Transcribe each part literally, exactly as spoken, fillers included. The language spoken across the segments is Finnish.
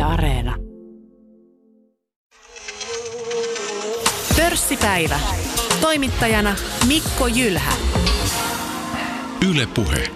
Areena. Pörssipäivä. Toimittajana Mikko Jylhä. Yle Puhe.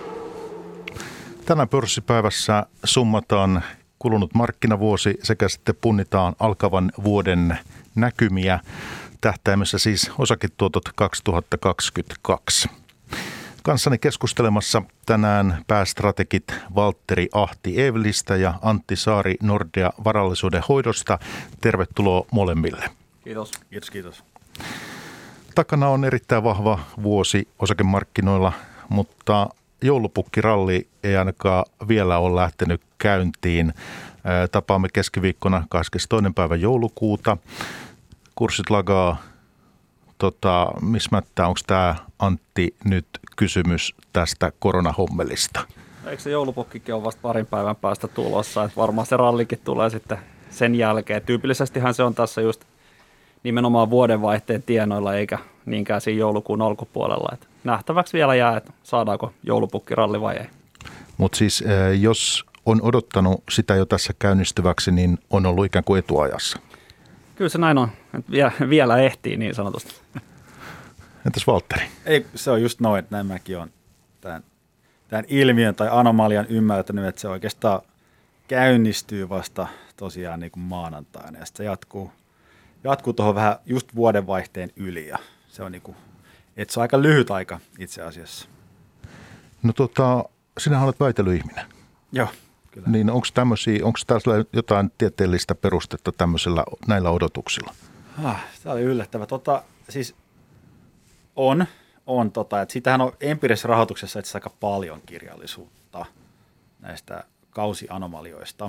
Tänään pörssipäivässä summataan kulunut markkinavuosi sekä sitten punnitaan alkavan vuoden näkymiä. Tähtäimessä siis osaketuotot kaksituhattakaksikymmentäkaksi. Kanssani keskustelemassa tänään päästrategit Valtteri Ahti Evelistä ja Antti Saari Nordea varallisuuden hoidosta. Tervetuloa molemmille. Kiitos. Kiitos, kiitos. Takana on erittäin vahva vuosi osakemarkkinoilla, mutta joulupukkiralli ei ainakaan vielä ole lähtenyt käyntiin. Tapaamme keskiviikkona kahdeskymmenestoinen päivä joulukuuta. Kurssit lagaa. Tota, missä mättää, onko tämä Antti nyt kysymys tästä koronahommelista? Eikö se joulupukkikin ole vasta parin päivän päästä tulossa, että varmaan se rallikin tulee sitten sen jälkeen. Tyypillisestihän se on tässä just nimenomaan vuodenvaihteen tienoilla eikä niinkään siinä joulukuun alkupuolella. Että nähtäväksi vielä jää, että saadaanko joulupukkiralli vai ei. Mutta siis jos on odottanut sitä jo tässä käynnistyväksi, niin on ollut ikään kuin etuajassa. Kyllä se näin on, että vielä ehtii niin sanotusti. Entäs Valtteri? Ei, se on just noin, että näin mäkin olen tämän, tämän ilmiön tai anomalian ymmärtänyt, että se oikeastaan käynnistyy vasta tosiaan niin kuin maanantaina ja sitten se jatkuu, jatkuu tuohon vähän just vuodenvaihteen yli ja se on, niin kuin, että se on aika lyhyt aika itse asiassa. No tota, sinähän olet väitelyihminen. Joo. Kyllä. Niin onko tämmöisiä, onko tässä jotain tieteellistä perustetta tämmöisellä, näillä odotuksilla? Ah, tämä oli yllättävä. Tota, siis on, on tota, että sitähän on empiirisessä rahoituksessa itse aika paljon kirjallisuutta näistä kausianomalioista.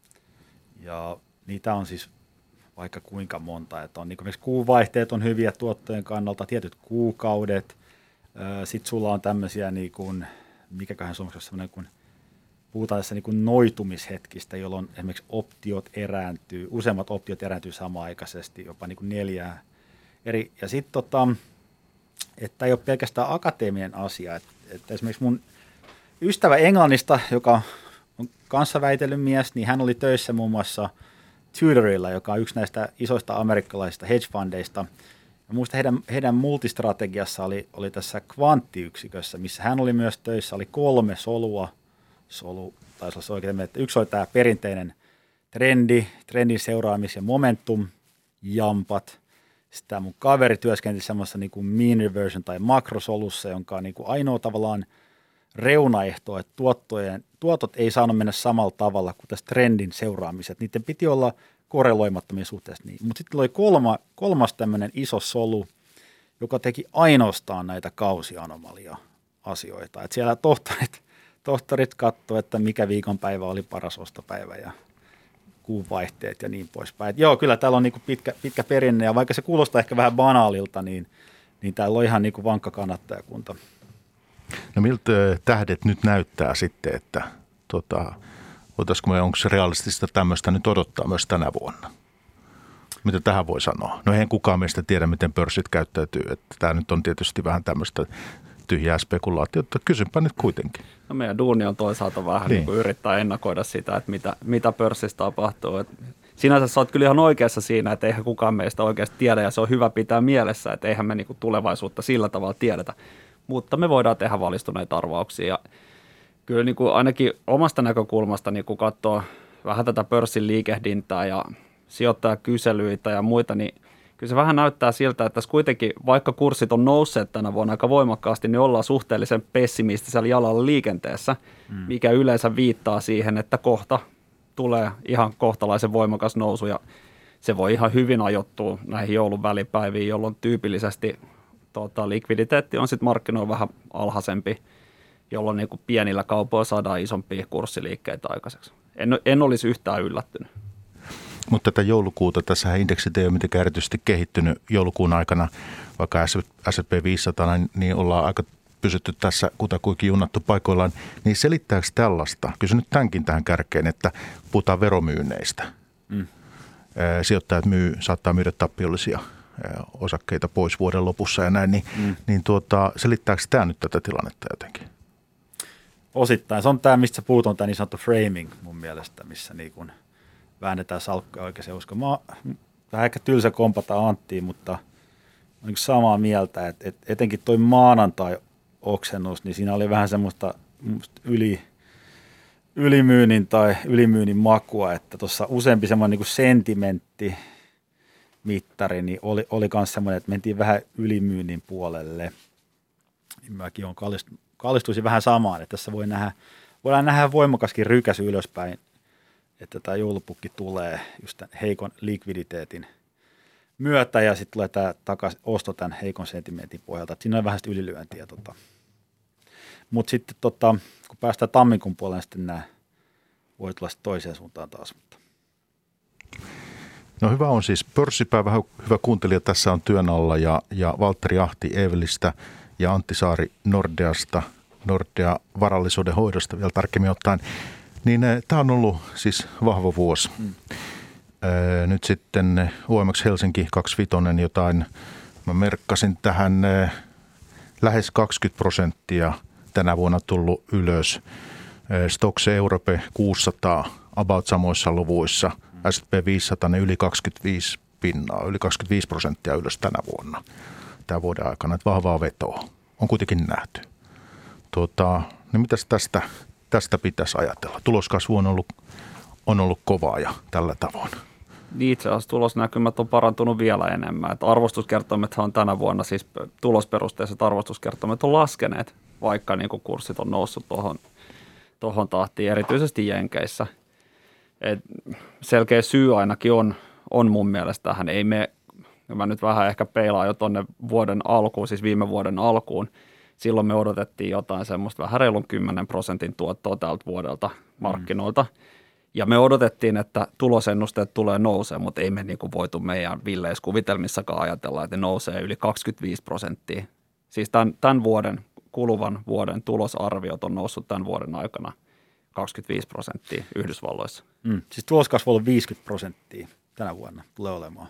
Ja niitä on siis vaikka kuinka monta, että on niin kuin kuuvaihteet on hyviä tuottojen kannalta, tietyt kuukaudet. Sitten sulla on tämmöisiä, niin kuin, mikäköhän suomeksi on semmoinen kuin puhutaan tässä niin kuin noitumishetkistä, jolloin esimerkiksi optiot erääntyy, useammat optiot erääntyy samanaikaisesti, jopa niin kuin neljää eri. Ja sitten, tota, että ei ole pelkästään akateeminen asia. Että, että esimerkiksi mun ystävä Englannista, joka on kanssaväitellyt mies, niin hän oli töissä muun muassa Tudorilla, joka on yksi näistä isoista amerikkalaisista hedge-fundeista. Ja muista heidän, heidän multistrategiassa oli, oli tässä kvanttiyksikössä, missä hän oli myös töissä, oli kolme solua. Solu, taisi olla se oikein, että yksi oli tämä perinteinen trendi, trendin seuraamis- ja momentum, jampat. Sitten mun kaveri työskenteli semmoisessa niin kuin mean reversion tai makrosolussa, jonka on niin kuin ainoa tavallaan reunaehto, että tuottojen, tuotot ei saanut mennä samalla tavalla kuin tässä trendin seuraamiset. Niiden piti olla korreloimattomia suhteessa. Niin. Mutta sitten oli kolma, kolmas tämmöinen iso solu, joka teki ainoastaan näitä kausianomalia-asioita. Että siellä tohtorit Tohtorit katsoi, että mikä viikonpäivä oli paras ostopäivä ja kuunvaihteet ja niin poispäin. Et joo, kyllä täällä on niinku pitkä, pitkä perinne ja vaikka se kuulostaa ehkä vähän banaalilta, niin, niin täällä on ihan niinku vankka kannattajakunta. No miltä tähdet nyt näyttää sitten, että tota, voitaisiko me, onko se realistista tämmöistä nyt odottaa myös tänä vuonna? Mitä tähän voi sanoa? No eihän kukaan meistä tiedä, miten pörssit käyttäytyy. Että tämä nyt on tietysti vähän tämmöistä tyhjää spekulaatiota. Kysynpä nyt kuitenkin. No meidän duuni on toisaalta vähän niin. Niin kuin yrittää ennakoida sitä, että mitä, mitä pörssissä tapahtuu. Et sinänsä sä oot kyllä ihan oikeassa siinä, että eihän kukaan meistä oikeasti tiedä ja se on hyvä pitää mielessä, että eihän me niin kuin tulevaisuutta sillä tavalla tiedetä. Mutta me voidaan tehdä valistuneita arvauksia ja kyllä niin kuin ainakin omasta näkökulmasta niin kun katsoo vähän tätä pörssin liikehdintää ja sijoittajakyselyitä ja muita, niin kyllä se vähän näyttää siltä, että tässä kuitenkin, vaikka kurssit on nousseet tänä vuonna aika voimakkaasti, niin ollaan suhteellisen pessimistisellä jalalla liikenteessä, mm. mikä yleensä viittaa siihen, että kohta tulee ihan kohtalaisen voimakas nousu ja se voi ihan hyvin ajoittua näihin joulun välipäiviin, jolloin tyypillisesti tota, likviditeetti on sitten markkinoilla vähän alhaisempi, jolloin niin kuin pienillä kaupoilla saadaan isompia kurssiliikkeitä aikaiseksi. En, en olisi yhtään yllättynyt. Mutta tätä joulukuuta, tässä indeksit ei ole mitenkään erityisesti kehittynyt joulukuun aikana, vaikka S and P viisisataa, niin ollaan aika pysytty tässä kutakuinkin junnattu paikoillaan. Niin selittääkö tällaista? Kysyn nyt tämänkin tähän kärkeen, että puhutaan veromyynneistä. Mm. Sijoittajat myy, saattaa myydä tappiollisia osakkeita pois vuoden lopussa ja näin, niin, mm. niin tuota, selittääkö tämä nyt tätä tilannetta jotenkin? Osittain. Se on tämä, mistä puhutaan, tämä niin sanottu framing mun mielestä, missä niin kun väännetään salkkuja oikeaan uskoon. Mä vähän ehkä tylsä kompata Anttiin, mutta on niin samaa mieltä, että, että etenkin toi maanantai-oksennus, niin siinä oli vähän semmoista yli, ylimyynnin tai ylimyynnin makua, että tuossa useampi semmoinen niin sentimentti mittari, niin oli, oli myös semmoinen, että mentiin vähän ylimyynnin puolelle. Mäkin on kallistu, kallistuisin vähän samaan, että tässä voi nähdä, voidaan nähdä voimakaskin rykäsy ylöspäin, että tämä joulupukki tulee just tämän heikon likviditeetin myötä ja sitten tulee tämä takas osto tämän heikon sentimentin pohjalta. Että siinä on vähän sitä ylilyöntiä. Tota. Mutta sitten tota, kun päästään tammikuun puolelle, niin sitten nämä voi tulla toiseen suuntaan taas. No hyvä on siis pörssipäivä, hyvä kuuntelija, tässä on työn alla ja, ja Valtteri Ahti Evelistä ja Antti Saari Nordeasta, Nordea varallisuuden hoidosta vielä tarkemmin ottaen. Niin tämä on ollut siis vahva vuosi. Mm. Öö, nyt sitten O M X Helsinki kaksikymmentäviisi jotain, mä merkkasin tähän öö, lähes kaksikymmentä prosenttia tänä vuonna tullut ylös. Öö, Stoxx Europe kuusisataa about samoissa luvuissa. S and P viisisataa ne yli kaksikymmentäviisi pinnaa, yli kaksikymmentäviisi prosenttia ylös tänä vuonna, tämän vuoden aikana. Että vahvaa vetoa on kuitenkin nähty. Tuota, niin mitäs tästä, tästä pitäisi ajatella? Tuloskasvu on ollut, on ollut kovaa ja tällä tavoin. Itse asiassa tulosnäkymät on parantunut vielä enemmän. Että arvostuskertoimethan on tänä vuonna, siis tulosperusteiset arvostuskertoimet on laskeneet, vaikka niin kuin kurssit on noussut tuohon tohon tahtiin, erityisesti Jenkeissä. Et selkeä syy ainakin on, on mun mielestä tähän. Ei me, mä nyt vähän ehkä peilaan jo tuonne vuoden alkuun, siis viime vuoden alkuun. Silloin me odotettiin jotain semmoista vähän reilun kymmenen prosentin tuottoa tältä vuodelta markkinoilta. Mm. Ja me odotettiin, että tulosennusteet tulee nousee, mutta ei me niinku voitu meidän villeiskuvitelmissakaan ajatella, että ne nousee yli kaksikymmentäviisi prosenttia. Siis tämän, tämän vuoden, kuluvan vuoden tulosarviot on noussut tämän vuoden aikana kaksikymmentäviisi prosenttia Yhdysvalloissa. Mm. Siis tuloskasvu on viisikymmentä prosenttia tänä vuonna tulee olemaan.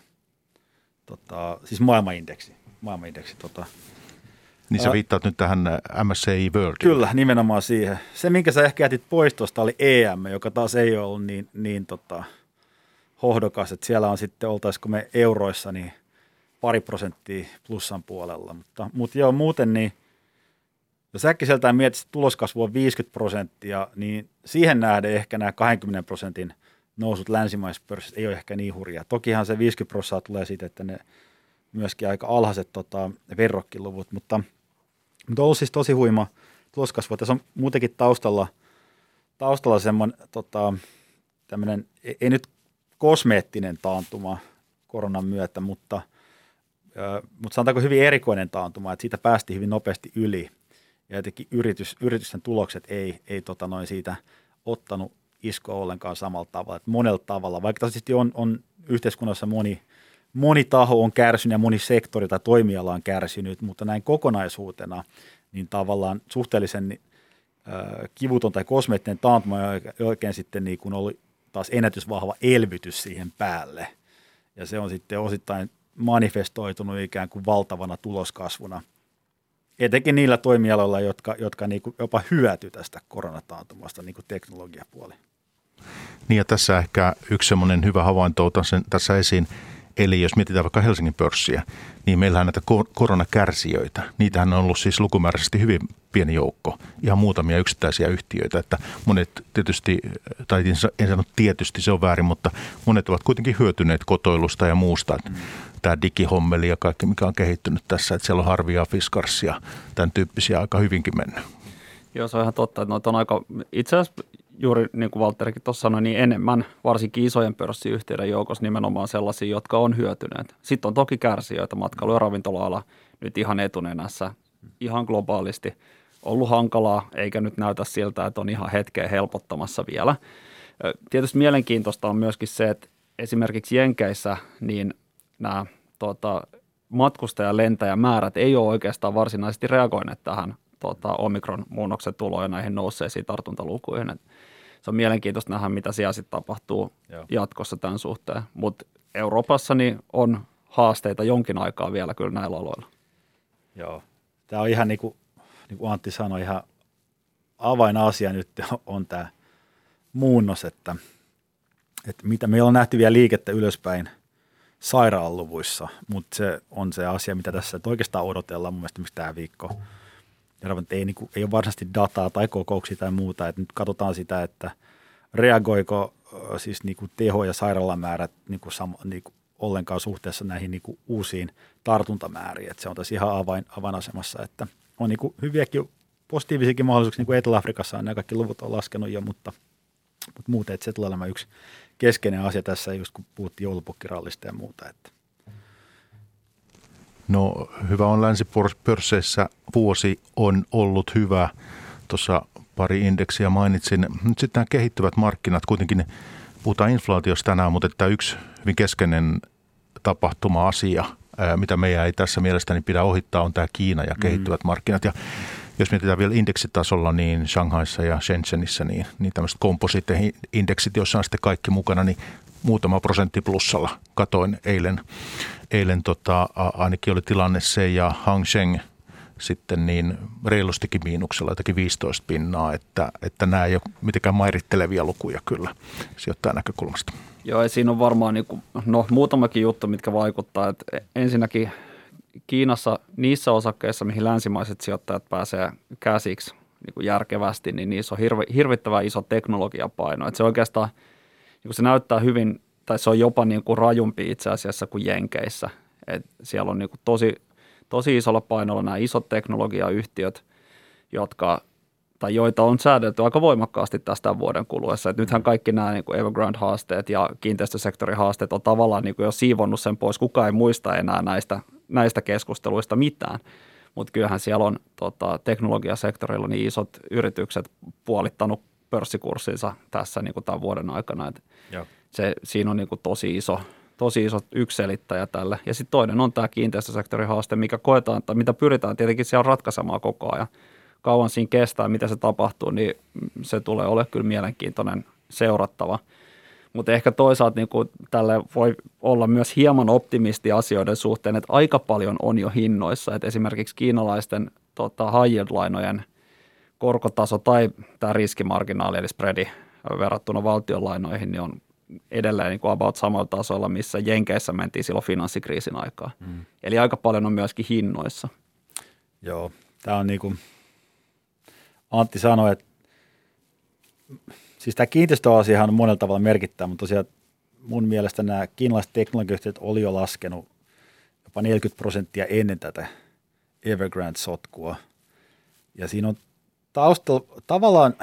Tota, siis maailmanindeksi. maailmanindeksi tota. Niin sä viittaat nyt tähän M S C I World. Kyllä, nimenomaan siihen. Se, minkä sä ehkä jätit pois tuosta, oli E M, joka taas ei ole ollut niin, niin tota, hohdokas. Että siellä on sitten, oltaisiko me euroissa, niin pari prosenttia plussan puolella. Mutta, mutta joo, muuten niin, jos äkkiseltään mietit, että tuloskasvu on viisikymmentä prosenttia, niin siihen nähden ehkä nämä kaksikymmentä prosentin nousut länsimaisessa pörssissä ei ole ehkä niin hurjaa. Tokihan se viisikymmentä prosenttia tulee siitä, että ne myöskin aika alhaiset tota, verrokkiluvut, mutta Mutta on ollut siis tosi huima tuloskasvu. Tässä on muutenkin taustalla, taustalla semmoinen tota, tämmöinen, ei nyt kosmeettinen taantuma koronan myötä, mutta, ö, mutta sanotaanko hyvin erikoinen taantuma, että siitä päästiin hyvin nopeasti yli. Ja jotenkin yritys, yritysten tulokset ei, ei tota noin siitä ottanut iskoa ollenkaan samalla tavalla. Että monella tavalla, vaikka tietysti on, on yhteiskunnassa moni, moni taho on kärsinyt ja moni sektori tai toimiala on kärsinyt, mutta näin kokonaisuutena niin tavallaan suhteellisen äh, kivuton tai kosmeettinen taantuma ja oikein sitten niin kuin oli taas ennätysvahva elvytys siihen päälle. Ja se on sitten osittain manifestoitunut ikään kuin valtavana tuloskasvuna, etenkin niillä toimialoilla, jotka, jotka niin kuin jopa hyötyy tästä koronataantumasta, niin kuin teknologiapuoli. Niin ja tässä ehkä yksi semmoinen hyvä havainto otan sen tässä esiin. Eli jos mietitään vaikka Helsingin pörssiä, niin meillähän näitä koronakärsijöitä, niitähän on ollut siis lukumääräisesti hyvin pieni joukko, ihan muutamia yksittäisiä yhtiöitä, että monet tietysti, tai en sano tietysti, se on väärin, mutta monet ovat kuitenkin hyötyneet kotoilusta ja muusta. Mm. Tämä digihommeli ja kaikki, mikä on kehittynyt tässä, että siellä on Harvia, Fiskars ja tämän tyyppisiä aika hyvinkin mennyt. Joo, se on ihan totta, että noita on aika, itse asiassa juuri niin kuin Valtterikin tuossa sanoi, niin enemmän varsinkin isojen pörssiyhtiöiden joukossa nimenomaan sellaisia, jotka on hyötyneet. Sitten on toki kärsijöitä, matkailu- ja ravintola-ala nyt ihan etunenässä, ihan globaalisti ollut hankalaa, eikä nyt näytä siltä, että on ihan hetkeä helpottamassa vielä. Tietysti mielenkiintoista on myöskin se, että esimerkiksi Jenkeissä niin nämä tuota, matkustajalentäjämäärät ei ole oikeastaan varsinaisesti reagoineet tähän tuota, Omikron-muunnoksen tuloon ja näihin nousseisiin tartuntalukuihin. Et se on mielenkiintoista nähdä, mitä siellä sitten tapahtuu Joo. jatkossa tämän suhteen. Mutta Euroopassa niin on haasteita jonkin aikaa vielä kyllä näillä aloilla. Joo. Tämä on ihan niin kuin, niin kuin Antti sanoi, ihan avainasia nyt on tämä muunnos, että, että mitä meillä on nähty vielä liikettä ylöspäin sairaalaluvuissa, mutta se on se asia, mitä tässä oikeastaan odotellaan mun mielestä tämä viikko. Ja ei, niin kuin, ei ole varsinaisesti dataa tai kokouksia tai muuta, että nyt katsotaan sitä, että reagoiko siis niin kuin teho- ja sairaalamäärät niin kuin sama, niin kuin ollenkaan suhteessa näihin niin kuin uusiin tartuntamääriin. Että se on tässä ihan avain, avainasemassa, että on niin kuin hyviäkin positiivisiakin mahdollisuuksia, niin kuin Etelä-Afrikassa on nämä kaikki luvut on laskenut jo, mutta, mutta muuten, että se tulee olemaan yksi keskeinen asia tässä, just kun puhuttiin joulupukkirallista ja muuta. Että. No hyvä on länsipörsseissä vuosi on ollut hyvä. Tuossa pari indeksiä mainitsin. Nyt sitten nämä kehittyvät markkinat, kuitenkin puhutaan inflaatiosta tänään, mutta tämä yksi hyvin keskeinen tapahtuma-asia, mitä meidän ei tässä mielestäni pidä ohittaa, on tämä Kiina ja kehittyvät mm. markkinat. Ja jos mietitään vielä indeksitasolla, niin Shanghaissa ja Shenzhenissä, niin, niin tämmöiset komposite-indeksit, joissa on sitten kaikki mukana, niin muutama prosentti plussalla. Katoin eilen, eilen tota, ainakin oli tilanne se, ja Hang Seng sitten niin reilustikin miinuksella jotakin viisitoista pinnaa, että, että nämä ei ole mitenkään mairittelevia lukuja kyllä sijoittajan näkökulmasta. Joo, ja siinä on varmaan niin kuin, no, muutamakin juttu, mitkä vaikuttaa. Että ensinnäkin Kiinassa niissä osakkeissa, mihin länsimaiset sijoittajat pääsee käsiksi niin kuin järkevästi, niin niissä on hirve, hirvittävän iso teknologiapaino. Että se oikeastaan, niin kuin se näyttää hyvin, tai se on jopa niin kuin rajumpi itse asiassa kuin Jenkeissä. Et siellä on niin kuin tosi, tosi isolla painolla nämä isot teknologiayhtiöt, jotka, tai joita on säädelty aika voimakkaasti tästä vuoden kuluessa. Et nythän kaikki nämä niin kuin Evergrande-haasteet ja kiinteistösektorin haasteet on tavallaan niin kuin jo siivonnut sen pois. Kukaan ei muista enää näistä, näistä keskusteluista mitään. Mutta kyllähän siellä on tota, teknologiasektorilla niin isot yritykset puolittanut pörssikurssinsa tässä niin kuin tämän vuoden aikana. Et se, siinä on niin kuin tosi iso, tosi iso yksiselittäjä tälle. Ja sitten toinen on tämä kiinteistösektorin haaste, mikä koetaan, tai mitä pyritään tietenkin siellä ratkaisemaan koko ajan. Kauan siinä kestää, mitä se tapahtuu, niin se tulee olemaan kyllä mielenkiintoinen seurattava. Mutta ehkä toisaalta niin kuin tälle voi olla myös hieman optimisti asioiden suhteen, että aika paljon on jo hinnoissa. Et esimerkiksi kiinalaisten tota, high yield-lainojen korkotaso tai tämä riskimarginaali eli spreadi verrattuna valtionlainoihin niin on edelleen niin kuin about samalla tasolla, missä Jenkeissä mentiin silloin finanssikriisin aikaa. Mm. Eli aika paljon on myöskin hinnoissa. Joo, tämä on niin kuin Antti sanoi, että siis tämä kiinteistöasiahan on monella tavalla merkittävä, mutta tosiaan mun mielestä nämä kiinalaiset teknologiayhtiöt oli jo laskenut jopa neljäkymmentä prosenttia ennen tätä Evergrande-sotkua. Ja siinä on taustalla tavallaan,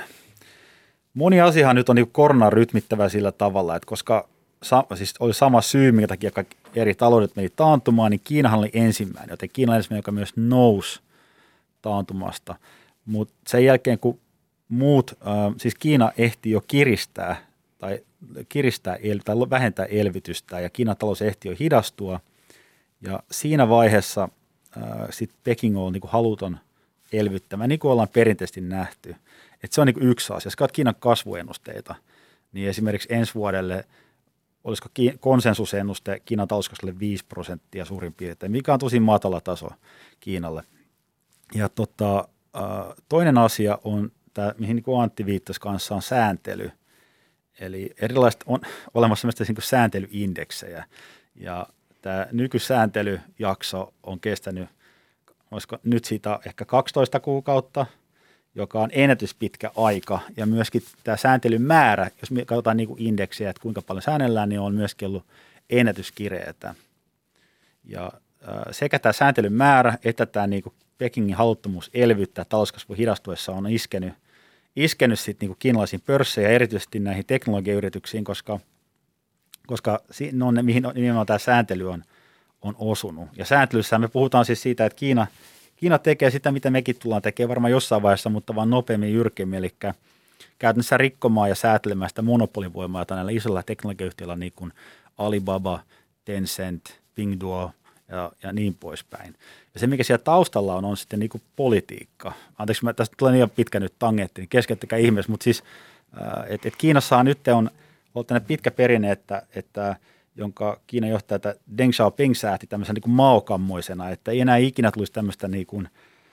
moni asiahan nyt on niin koronan rytmittävä sillä tavalla, että koska siis oli sama syy, minkä takia kaikki eri taloudet meni taantumaan, niin Kiinahan oli ensimmäinen, joten Kiina oli ensimmäinen, joka myös nousi taantumasta. Mutta sen jälkeen, kun muut, äh, siis Kiina ehti jo kiristää tai, kiristää el, tai vähentää elvytystä ja Kiinan talous ehti jo hidastua. Ja siinä vaiheessa äh, sitten Peking on niinku haluton elvyttämään, niin kuin ollaan perinteisesti nähty. Et se on niinku yksi asia. Jos katsot Kiinan kasvuennusteita, niin esimerkiksi ensi vuodelle olisiko konsensusennuste Kiinan talouskasvulle viisi prosenttia suurin piirtein, mikä on tosi matala taso Kiinalle. Ja tota, toinen asia on tämä, mihin niin Antti viittasi kanssa, on sääntely. Eli erilaiset on olemassa sellaisia niin sääntelyindeksejä. Ja tämä nykysääntelyjakso on kestänyt, olisiko nyt siitä ehkä kaksitoista kuukautta, joka on ennätyspitkä aika. Ja myöskin tämä sääntelyn määrä, jos me katsotaan niin kuin indeksiä, että kuinka paljon säännellään, niin on myöskin ollut ennätyskireetä. Ja sekä tämä sääntelyn määrä että tämä niin kuin Pekingin haluttomuus elvyttää talouskasvun hidastuessa on iskenyt, iskenyt sitten niin kuin kiinalaisiin pörsseihin ja erityisesti näihin teknologiayrityksiin, koska, koska no, ne, mihin nimenomaan tämä sääntely on, on osunut. Ja sääntelyssä me puhutaan siis siitä, että Kiina, Kiina tekee sitä, mitä mekin tullaan tekemään varmaan jossain vaiheessa, mutta vaan nopeammin ja jyrkemmin, eli käytännössä rikkomaan ja säätelemään sitä monopolivoimaa, jota näillä isolla teknologiayhtiöillä niin kuin Alibaba, Tencent, Pinduo ja, ja niin poispäin. Ja se, mikä siellä taustalla on, on sitten niin kuin politiikka. Anteeksi, mä tästä tulee niin pitkä nyt tangentti, niin keskeyttäkää ihmeessä, mutta siis, että et Kiinassa nyt on ollut pitkä perinne, että, että jonka Kiinan johtaja Deng Xiaoping sääti tämmöisen niin kuin maokammoisena, että ei enää ikinä tulisi tämmöistä niin kuin,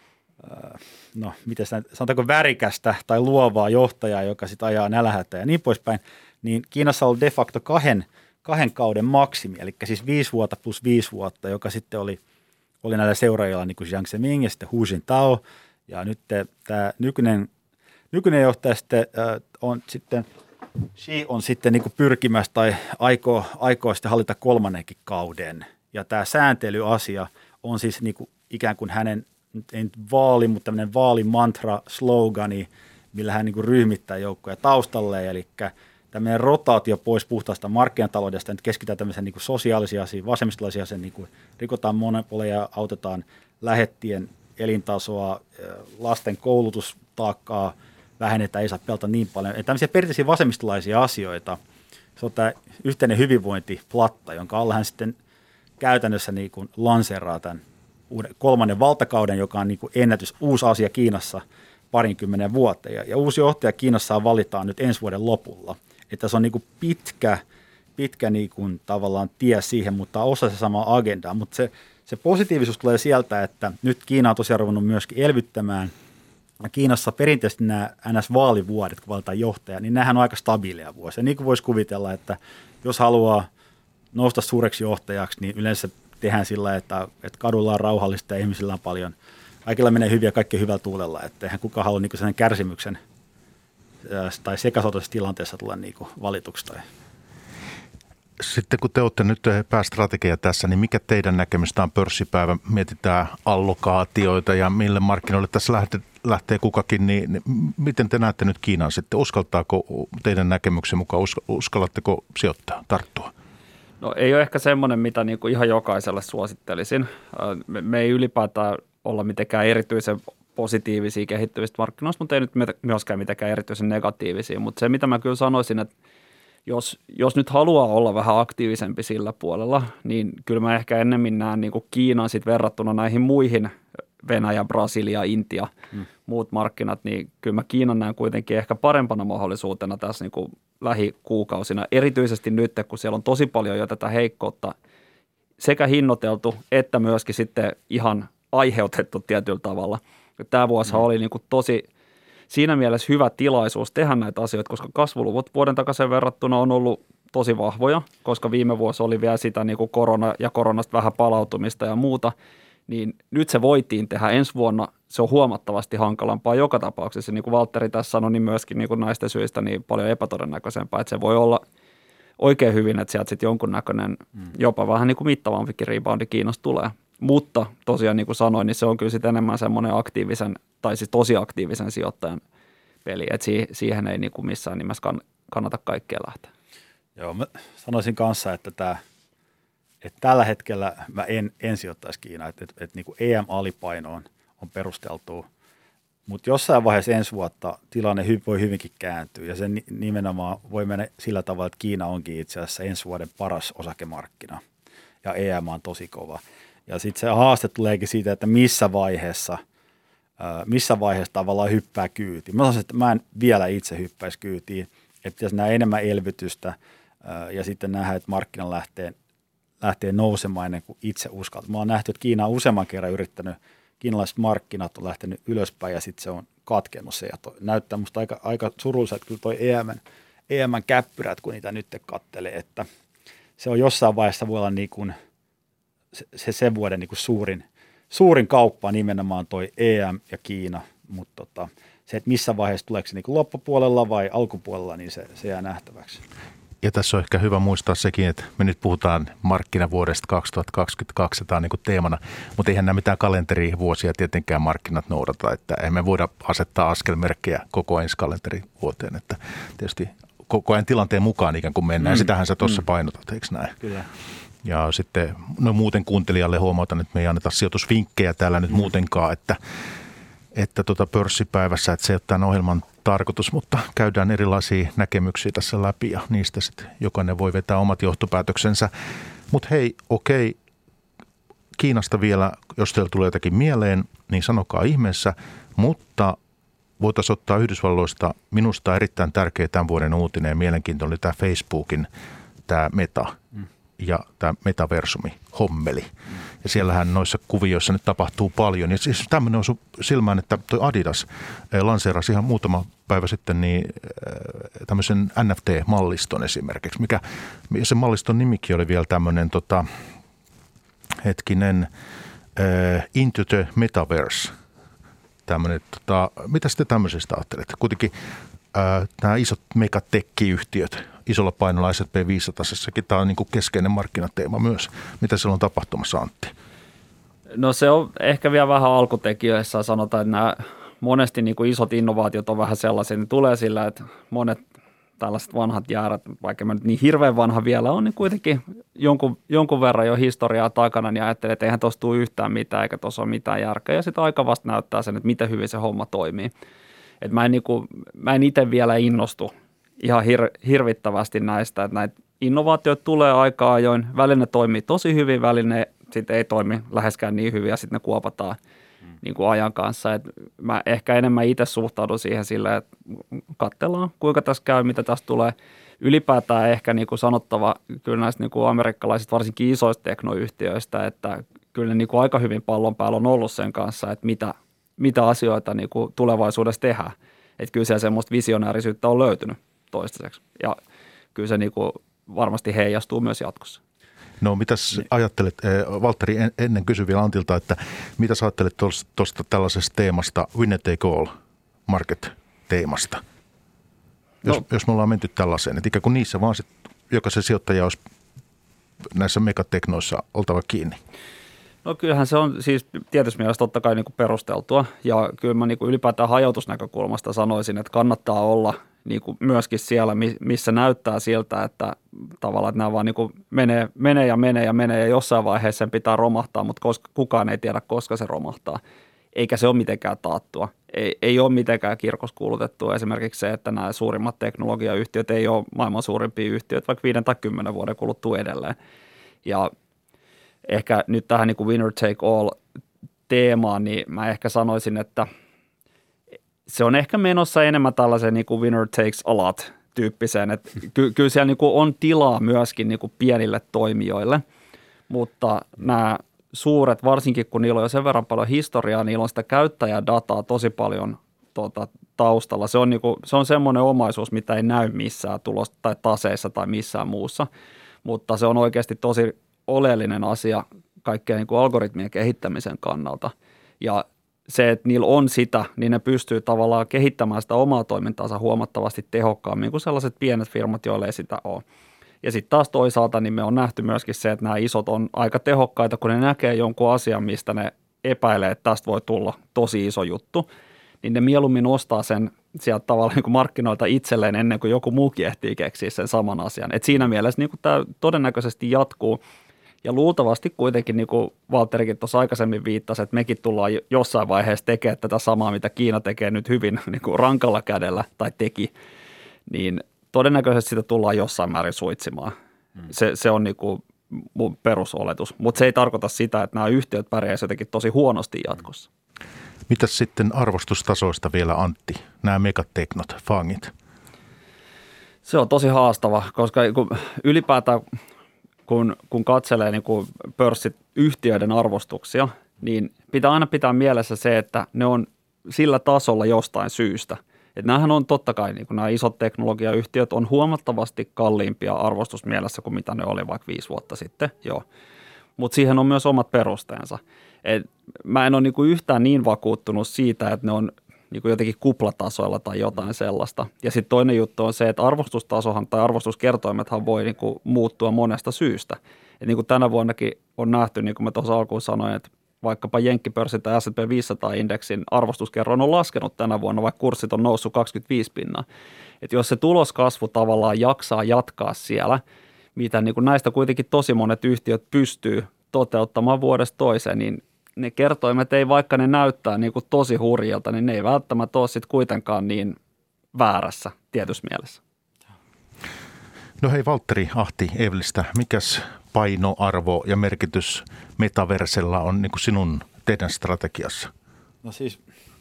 no miten sanotaanko värikästä tai luovaa johtajaa, joka sitten ajaa nälhätä ja niin poispäin. niin Kiinassa oli de facto kahden, kahden kauden maksimi, eli siis viisi vuotta plus viisi vuotta, joka sitten oli, oli näillä seuraajilla niin kuin Jiang Zemin ja sitten Hu Jintao, ja nyt tämä nykyinen, nykyinen johtaja sitten, äh, on sitten, Xi on sitten niin kuin pyrkimässä tai aikoo, aikoo sitten hallita kolmannenkin kauden, ja tämä sääntelyasia on siis niin kuin ikään kuin hänen, ei nyt vaali, mutta tämmöinen vaalimantra, slogani, millä hän niin kuin ryhmittää joukkoja taustalle, eli tämmöinen rotaatio pois puhtaasta markkinataloudesta, nyt keskitytään tämmöisen niin kuin sosiaalisia asioita, vasemmistolaisia asioita, niin kuin rikotaan monopoleja, autetaan lähettien elintasoa, lasten koulutustaakkaa vähennetään, ei saa pelata niin paljon. Eli tämmöisiä perinteisiä vasemmistolaisia asioita, se on tämä yhteinen hyvinvointiplatta, jonka alla hän sitten käytännössä niin kuin lanseeraa tämän uuden, kolmannen valtakauden, joka on niin kuin ennätys, uusi asia Kiinassa parinkymmenen vuotta. Ja, ja uusi johtaja Kiinassa valitaan nyt ensi vuoden lopulla. Että se on niin kuin pitkä, pitkä niin kuin tavallaan tie siihen, mutta osa se samaa agendaa. Mutta se, se positiivisuus tulee sieltä, että nyt Kiina on tosiaan ruvennut myöskin elvyttämään. Kiinassa perinteisesti nämä N S-vaalivuodet, kun valitaan johtaja, niin nämähän on aika stabiileja vuosia. Niin kuin voisi kuvitella, että jos haluaa nousta suureksi johtajaksi, niin yleensä tehdään sillä, että, että kadulla on rauhallista ja ihmisillä on paljon. Kaikilla menee hyvin ja kaikki hyvällä tuulella, että eihän kukaan halua niin sen kärsimyksen tai sekasotoisessa tilanteessa tulla niin valituksi. Sitten kun te olette nyt päästrategia tässä, niin mikä teidän näkemystä on pörssipäivä? Mietitään allokaatioita ja mille markkinoille tässä lähtee, lähtee kukakin, niin miten te näette nyt Kiinan sitten? Uskaltaako teidän näkemyksen mukaan, uskallatteko sijoittaa, tarttua? No ei ole ehkä semmoinen, mitä niin kuin ihan jokaiselle suosittelisin. Me, me ei ylipäätään olla mitenkään erityisen positiivisia kehittyvistä markkinoista, mutta ei nyt myöskään mitenkään erityisen negatiivisia. Mutta se, mitä mä kyllä sanoisin, että jos, jos nyt haluaa olla vähän aktiivisempi sillä puolella, niin kyllä mä ehkä ennemmin näen niin kuin Kiinan sit verrattuna näihin muihin, Venäjä, Brasilia, Intia, hmm. muut markkinat, niin kyllä mä Kiinan näen kuitenkin ehkä parempana mahdollisuutena tässä niin kuin lähikuukausina, erityisesti nyt, kun siellä on tosi paljon jo tätä heikkoutta sekä hinnoiteltu että myöskin sitten ihan aiheutettu tietyllä tavalla. Tämä vuosihan oli niin kuin tosi siinä mielessä hyvä tilaisuus tehdä näitä asioita, koska kasvuluvut vuoden takaisin verrattuna on ollut tosi vahvoja, koska viime vuosi oli vielä sitä niin kuin korona ja koronasta vähän palautumista ja muuta, niin nyt se voitiin tehdä ensi vuonna. Se on huomattavasti hankalampaa joka tapauksessa. Niin kuin Valtteri tässä sanoi, niin myöskin niin kuin näistä syistä niin paljon epätodennäköisempää, että se voi olla oikein hyvin, että sieltä sitten jonkunnäköinen jopa vähän niin kuin mittavampikin reboundi Kiinasta tulee. Mutta tosiaan niin kuin sanoin, niin se on kyllä sitten enemmän semmoinen aktiivisen, tai siis tosi aktiivisen sijoittajan peli, että siihen ei niin kuin missään nimessä kannata kaikkea lähteä. Joo, mä sanoisin kanssa, että, tämä, että tällä hetkellä mä en, en sijoittaisi Kiinaa, että, että, että niin kuin E M-alipaino on, on perusteltua, mutta jossain vaiheessa ensi vuotta tilanne voi hyvinkin kääntyä ja se nimenomaan voi mennä sillä tavalla, että Kiina onkin itse asiassa ensi vuoden paras osakemarkkina ja E M on tosi kova. Ja sitten se haaste tuleekin siitä, että missä vaiheessa, missä vaiheessa tavallaan hyppää kyytiin. Mä sanoisin, että mä en vielä itse hyppäisi kyytiin, että pitäisi nähdä enemmän elvytystä ja sitten nähdä, että markkina lähtee, lähtee nousemaan ennen kuin itse uskaltaa. Mä oon nähty, että Kiina on useamman kerran yrittänyt, kiinalaiset markkinat on lähtenyt ylöspäin ja sitten se on katkennut se. Ja to, näyttää musta aika, aika surulliselta, että kyllä toi E M:n, E M:n käppyrät, kun niitä nyt kattelee, että se on jossain vaiheessa voi olla niin kuin se sen vuoden niin kuin suurin, suurin kauppa nimenomaan toi E M ja Kiina, mutta tota, se, että missä vaiheessa tuleeko se niin kuin loppupuolella vai alkupuolella, niin se, se jää nähtäväksi. Ja tässä on ehkä hyvä muistaa sekin, että me nyt puhutaan markkinavuodesta kaksituhattakaksikymmentäkaksi, tämä on niin kuin teemana, mutta eihän nämä mitään kalenterivuosia tietenkään markkinat noudata, että emme voida asettaa askelmerkkejä koko ensi kalenterivuoteen, että tietysti koko ajan tilanteen mukaan ikään kuin mennään, mm. sitähän sä tuossa mm. painotat, eikö näin? Kyllä. Ja sitten no muuten kuuntelijalle huomautan, että me ei anneta sijoitusvinkkejä täällä nyt muutenkaan, että, että tuota pörssipäivässä, että se ei ole tämän ohjelman tarkoitus, mutta käydään erilaisia näkemyksiä tässä läpi ja niistä sitten jokainen voi vetää omat johtopäätöksensä. Mutta hei, okei, Kiinasta vielä, jos teillä tulee jotakin mieleen, niin sanokaa ihmeessä, mutta voitaisiin ottaa Yhdysvalloista minusta erittäin tärkeä tämän vuoden uutinen ja mielenkiintoinen oli tämä Facebookin, tämä Meta. Mm. ja tämä metaversumi, hommeli. Mm. Ja siellähän noissa kuvioissa nyt tapahtuu paljon. Ja siis tämmöinen on silmään, että toi Adidas lanseerasi ihan muutama päivä sitten niin tämmöisen N F T-malliston esimerkiksi, mikä se malliston nimikin oli vielä tämmöinen tota, hetkinen uh, Into the Metaverse. Tämmöinen, tota, mitä sitten tämmöisestä ajattelet? Kuitenkin uh, nämä isot megatekkiyhtiöt, isolla painolla S and P viisisatasessakin, tämä on niin kuin keskeinen markkinateema myös. Mitä siellä on tapahtumassa, Antti? No se on ehkä vielä vähän alkutekijöissä, sanotaan, että nämä monesti niin kuin isot innovaatiot on vähän sellaisia, ne tulee sillä, että monet tällaiset vanhat jäärät, vaikka mä nyt niin hirveän vanha vielä on, niin kuitenkin jonkun, jonkun verran jo historiaa takana, niin ajattelee, että eihän tuossa tule yhtään mitään, eikä tuossa ole mitään järkeä, ja sitten aika vasta näyttää sen, että miten hyvin se homma toimii. Et mä en, niin kuin, mä en itse vielä innostu ihan hir- hirvittävästi näistä, että näitä innovaatioita tulee aika ajoin, väline toimii tosi hyvin, väline sitten ei toimi läheskään niin hyvin, ja sitten ne kuopataan niin kuin ajan kanssa. Et mä ehkä enemmän itse suhtaudun siihen silleen, että katsellaan, kuinka tässä käy, mitä tästä tulee. Ylipäätään ehkä niin kuin sanottava kyllä näistä niin kuin amerikkalaisista, varsinkin isoista teknoyhtiöistä, että kyllä ne niin kuin aika hyvin pallon päällä on ollut sen kanssa, että mitä, mitä asioita niin kuin tulevaisuudessa tehdään. Että kyllä siellä semmoista visionäärisyyttä on löytynyt toistaiseksi. Ja kyllä se niin kuin varmasti heijastuu myös jatkossa. No mitäs niin. ajattelet, Valtteri, ennen kysyn vielä Antilta, että mitä sä ajattelet tuosta tällaisesta teemasta, winner take all market-teemasta? Jos, no. jos me ollaan menty tällaiseen, että ikään kuin niissä vaan sit jokaisen sijoittaja olisi näissä megateknoissa oltava kiinni. No kyllähän se on siis tietysti mielestä totta kai niin kuin perusteltua, ja kyllä mä niin kuin ylipäätään hajautusnäkökulmasta sanoisin, että kannattaa olla niin kuin myöskin siellä, missä näyttää siltä, että tavallaan että nämä vaan niin kuin menee, menee ja menee ja menee, ja jossain vaiheessa sen pitää romahtaa, mutta koska, kukaan ei tiedä, koska se romahtaa. Eikä se ole mitenkään taattua. Ei, ei ole mitenkään kirkoskuulutettua esimerkiksi se, että nämä suurimmat teknologiayhtiöt ei ole maailman suurimpia yhtiöitä, vaikka viiden tai kymmenen vuoden kuluttua edelleen. Ja ehkä nyt tähän niin kuin winner take all teemaan, niin mä ehkä sanoisin, että se on ehkä menossa enemmän tällaiseen niin kuin winner takes a lot -tyyppiseen. Että ky- kyllä siellä niin kuin on tilaa myöskin niin kuin pienille toimijoille, mutta nämä suuret, varsinkin kun niillä on jo sen verran paljon historiaa, niillä on sitä käyttäjädataa tosi paljon tuota, taustalla. Se on, niin kuin, se on semmoinen omaisuus, mitä ei näy missään tulos- tai taseissa tai missään muussa, mutta se on oikeasti tosi oleellinen asia kaikkea niin kuin algoritmien kehittämisen kannalta. Ja se, että niillä on sitä, niin ne pystyy tavallaan kehittämään sitä omaa toimintaansa huomattavasti tehokkaammin kuin sellaiset pienet firmat, joille ei sitä ole. Ja sitten taas toisaalta niin me on nähty myöskin se, että nämä isot on aika tehokkaita, kun ne näkee jonkun asian, mistä ne epäilee, että tästä voi tulla tosi iso juttu, niin ne mieluummin ostaa sen sieltä tavallaan niin kuin markkinoilta itselleen ennen kuin joku muukin ehtii keksiä sen saman asian. Et siinä mielessä niin kuin tämä todennäköisesti jatkuu. Ja luultavasti kuitenkin, niin kuin Valtterikin tuossa aikaisemmin viittasi, että mekin tullaan jossain vaiheessa tekemään tätä samaa, mitä Kiina tekee nyt hyvin niin kuin rankalla kädellä tai teki, niin todennäköisesti sitä tullaan jossain määrin suitsimaan. Hmm. Se, se on niin kuin mun perusoletus, mutta se ei tarkoita sitä, että nämä yhtiöt pärjäisivät jotenkin tosi huonosti jatkossa. Mitäs sitten arvostustasoista vielä, Antti, nämä megateknot, fangit? Se on tosi haastava, koska ylipäätään kun, kun katselee niin kuin pörssit yhtiöiden arvostuksia, niin pitää aina pitää mielessä se, että ne on sillä tasolla jostain syystä. Että näähän on totta kai, niin kuin nämä isot teknologiayhtiöt on huomattavasti kalliimpia arvostusmielessä kuin mitä ne oli vaikka viisi vuotta sitten, joo. Mutta siihen on myös omat perusteensa. Et mä en ole niin kuin yhtään niin vakuuttunut siitä, että ne on niin kuin jotenkin kuplatasoilla tai jotain sellaista. Ja sitten toinen juttu on se, että arvostustasohan tai arvostuskertoimethan voi niin kuin muuttua monesta syystä. Et niin kuin tänä vuonnakin on nähty, niin kuin mä tuossa alkuun sanoin, että vaikkapa Jenkkipörssin tai S and P viisisataa-indeksin arvostuskerroin on laskenut tänä vuonna, vaikka kurssit on noussut kaksikymmentäviisi pinnaa. Että jos se tuloskasvu tavallaan jaksaa jatkaa siellä, mitä niin kuin näistä kuitenkin tosi monet yhtiöt pystyy toteuttamaan vuodesta toiseen, niin ne kertoimet ei, vaikka ne näyttää niin kuin tosi hurjilta, niin ne ei välttämättä ole sitten kuitenkaan niin väärässä tietyssä mielessä. No hei Valtteri Ahti Evelistä, mikäs painoarvo ja merkitys metaversella on niin kuin sinun teidän strategiassa? No siis,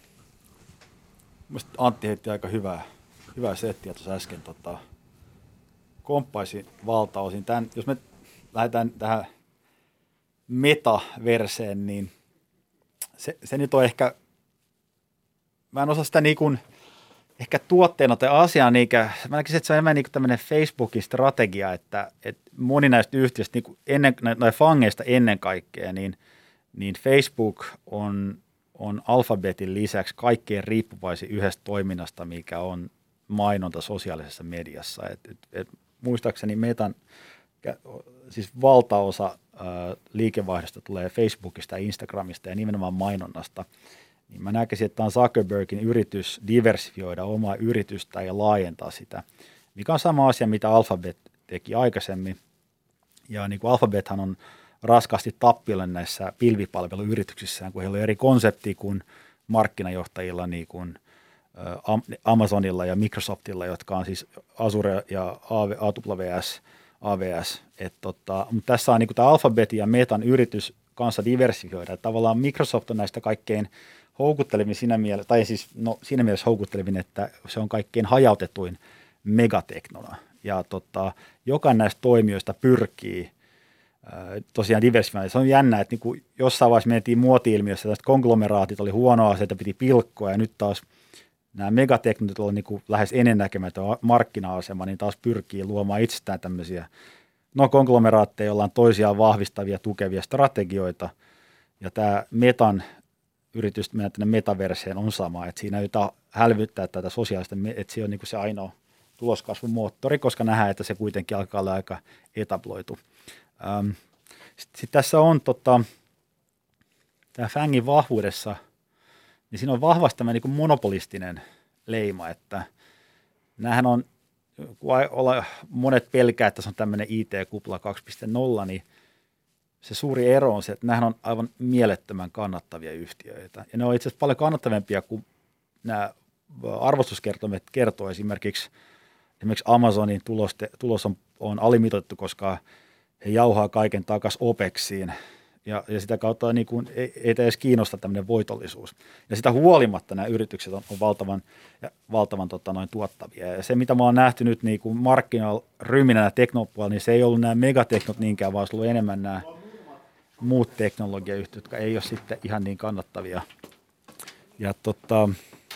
mielestäni Antti heitti aika hyvää, hyvää settiä tuossa äsken. Tota, komppaisin valtaosin. Tämän, jos me lähdetään tähän metaverseen, niin se, se nyt on ehkä, mä en osaa sitä niin kuin, ehkä tuotteena tai asiaa, niin mä näkisin, että se on enemmän niin kuin tämmöinen Facebookin strategia, että, että moni näistä yhtiöistä, niin kuin ennen, näistä fangeista ennen kaikkea, niin, niin Facebook on, on Alphabetin lisäksi kaikkein riippuvaisin yhdestä toiminnasta, mikä on mainonta sosiaalisessa mediassa. Et, et, et, muistaakseni Metan, siis valtaosa ää, liikevaihdosta tulee Facebookista ja Instagramista ja nimenomaan mainonnasta. Niin mä näkisin, että tämä on Zuckerbergin yritys diversifioida omaa yritystä ja laajentaa sitä, mikä on sama asia, mitä Alphabet teki aikaisemmin. Ja niin kuin Alphabethan on raskaasti tappiolle näissä pilvipalveluyrityksissään, kun heillä on eri konsepti kuin markkinajohtajilla, niin kuin Amazonilla ja Microsoftilla, jotka on siis Azure ja A W S. A W S. Tota, mutta tässä on niin kuin tämä Alphabetin ja Metan yritys kanssa diversifioida. Että tavallaan Microsoft on näistä kaikkein houkuttelevin siinä mielessä, tai siis no, siinä mielessä houkuttelevin, että se on kaikkein hajautetuin megateknona. Ja tota, jokainen näistä toimijoista pyrkii ää, tosiaan diversifioida. Se on jännä, että niinku jossain vaiheessa mentiin muoti-ilmiössä, että konglomeraatit oli huono asia, että piti pilkkoa, ja nyt taas nämä megateknot on niinku lähes ennennäkemätön markkina-asema, niin taas pyrkii luomaan itsestään tämmöisiä no, konglomeraatteja, joilla on toisiaan vahvistavia, tukevia strategioita, ja tämä Metan yritys mennä tänne metaverseen on sama, että siinä yritetään hälvyttää tätä sosiaalista, että se on niinku se ainoa tuloskasvun moottori, koska nähdään, että se kuitenkin alkaa olla aika etabloitu. Ähm, Sitten sit tässä on tota, tämä Fangin vahvuudessa, niin siinä on vahvasti tämä niinku monopolistinen leima, että näähän on, kun olla, monet pelkää, että se on tämmöinen I T-kupla kaksi piste nolla, niin se suuri ero on se, että nämähän on aivan mielettömän kannattavia yhtiöitä. Ja ne on itse asiassa paljon kannattavampia kuin nämä arvostuskertomet kertoo esimerkiksi, esimerkiksi Amazonin tulos, tulos on, on alimitoitettu, koska he jauhaa kaiken takaisin OPEXiin. Ja, ja sitä kautta niin kuin, ei, ei edes kiinnosta tämmöinen voitollisuus. Ja sitä huolimatta nämä yritykset on, on valtavan, valtavan tota, noin tuottavia. Ja se, mitä mä oon nähty nyt niin kuin markkinoilla ryminänä teknopuolella, niin se ei ollut nämä megateknot niinkään, vaan se ollut enemmän nämä muut teknologiayhtiöt, jotka ei ole sitten ihan niin kannattavia. Ja tota,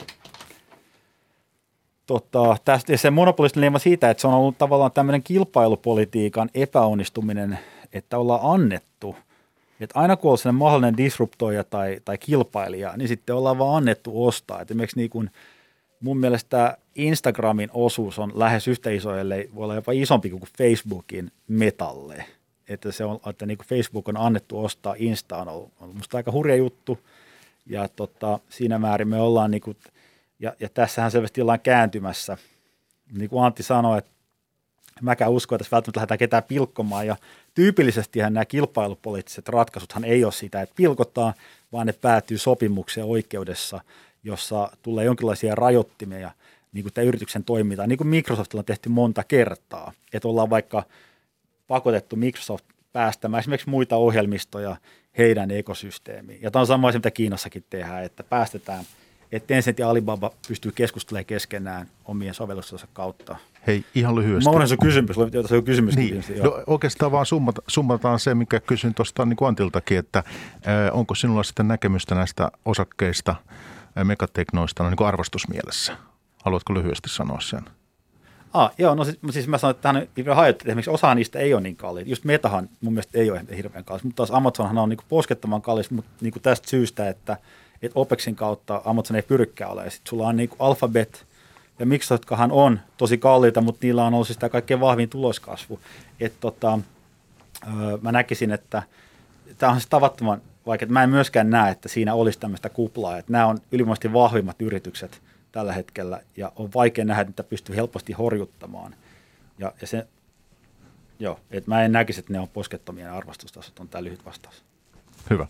tota, tästä se monopolistinen leima siitä, että se on ollut tavallaan tämmöinen kilpailupolitiikan epäonnistuminen, että ollaan annettu. Että aina kun on sellainen mahdollinen disruptoija tai, tai kilpailija, niin sitten ollaan vaan annettu ostaa. Et esimerkiksi niin kun mun mielestä Instagramin osuus on lähes yhtä iso, ellei voi olla jopa isompi kuin Facebookin Metalle. Että se on, että niin kuin Facebook on annettu ostaa Insta on ollut, on musta aika hurja juttu. Ja tota, siinä määrin me ollaan, niin kuin, ja, ja tässähän selvästi ollaan kääntymässä. Niin kuin Antti sanoi, että mäkään uskon, että tässä välttämättä lähdetään ketään pilkkomaan. Ja tyypillisestihän nämä kilpailupoliittiset ratkaisuthan ei ole sitä, että pilkotaan, vaan ne päätyy sopimukseen oikeudessa, jossa tulee jonkinlaisia rajoittimia niin kuin tämän yrityksen toimintaan. Niin kuin Microsoftilla on tehty monta kertaa, että ollaan vaikka pakotettu Microsoft päästämään esimerkiksi muita ohjelmistoja heidän ekosysteemiin. Ja tämä on sama asia, mitä Kiinassakin tehdään, että päästetään, että Tencent ja Alibaba pystyy keskustelemaan keskenään omien sovellustensa kautta. Hei, ihan lyhyesti. Mä olen sun kysymys, se on kysymys. Niin. No, oikeastaan vaan summata, summataan se, mikä kysyin tuosta niin kuin Antiltakin, että äh, onko sinulla sitten näkemystä näistä osakkeista, äh, megateknoista, no, niin kuin arvostusmielessä? Haluatko lyhyesti sanoa sen? Ah, joo, no siis, siis mä sanoin, että tähän on hajottu, että esimerkiksi osa niistä ei ole niin kalliita. Just Metahan mun mielestä ei ole hirveän kallis, mutta taas Amazonhan on niin kuin poskettoman kallis, mutta niin kuin tästä syystä, että, että OPEXin kautta Amazon ei pyrkkää ole. Ja sitten sulla on niin kuin Alphabet ja Microsoftkahan on tosi kalliita, mutta niillä on ollut siis tämä kaikkein vahvin tuloskasvu. Että tota, mä näkisin, että tämä on siis tavattoman vaikea. Mä en myöskään näe, että siinä olisi tämmöistä kuplaa, että nämä on ylivoimaisesti vahvimmat yritykset tällä hetkellä, ja on vaikea nähdä, että niitä pystyy helposti horjuttamaan. Ja, ja se, joo, että mä en näkisi, että ne on poskettomia, ja arvostustasot on tämä lyhyt vastaus. Hyvä.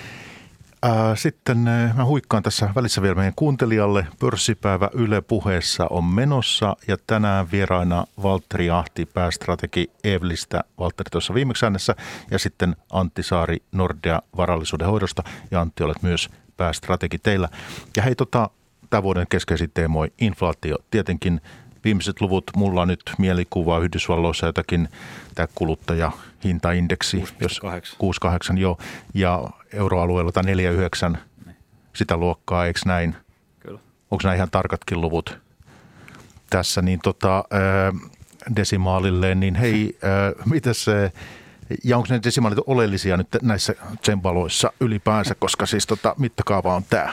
Sitten mä huikkaan tässä välissä vielä meidän kuuntelijalle. Pörssipäivä Yle Puheessa on menossa, ja tänään vieraina Valtteri Ahti, päästrategi Evlistä, Valtteri tuossa viimeksi äänessä, ja sitten Antti Saari Nordea varallisuuden hoidosta, ja Antti olet myös päästrategi teillä. Ja hei, tota, tämän vuoden keskeisin teemoi inflaatio tietenkin, viimeiset luvut, mulla on nyt mielikuva Yhdysvalloissa jotakin tämä kuluttajahintaindeksi, jos kuusi kahdeksan joo, ja euroalueella tai neljä yhdeksän sitä luokkaa, eikö näin? Kyllä. Onko nämä ihan tarkatkin luvut tässä, niin tota, desimaalilleen, niin hei, mitäs se, ja onko ne desimaalit oleellisia nyt näissä tsembaloissa ylipäänsä, koska siis tota, mittakaava on tämä?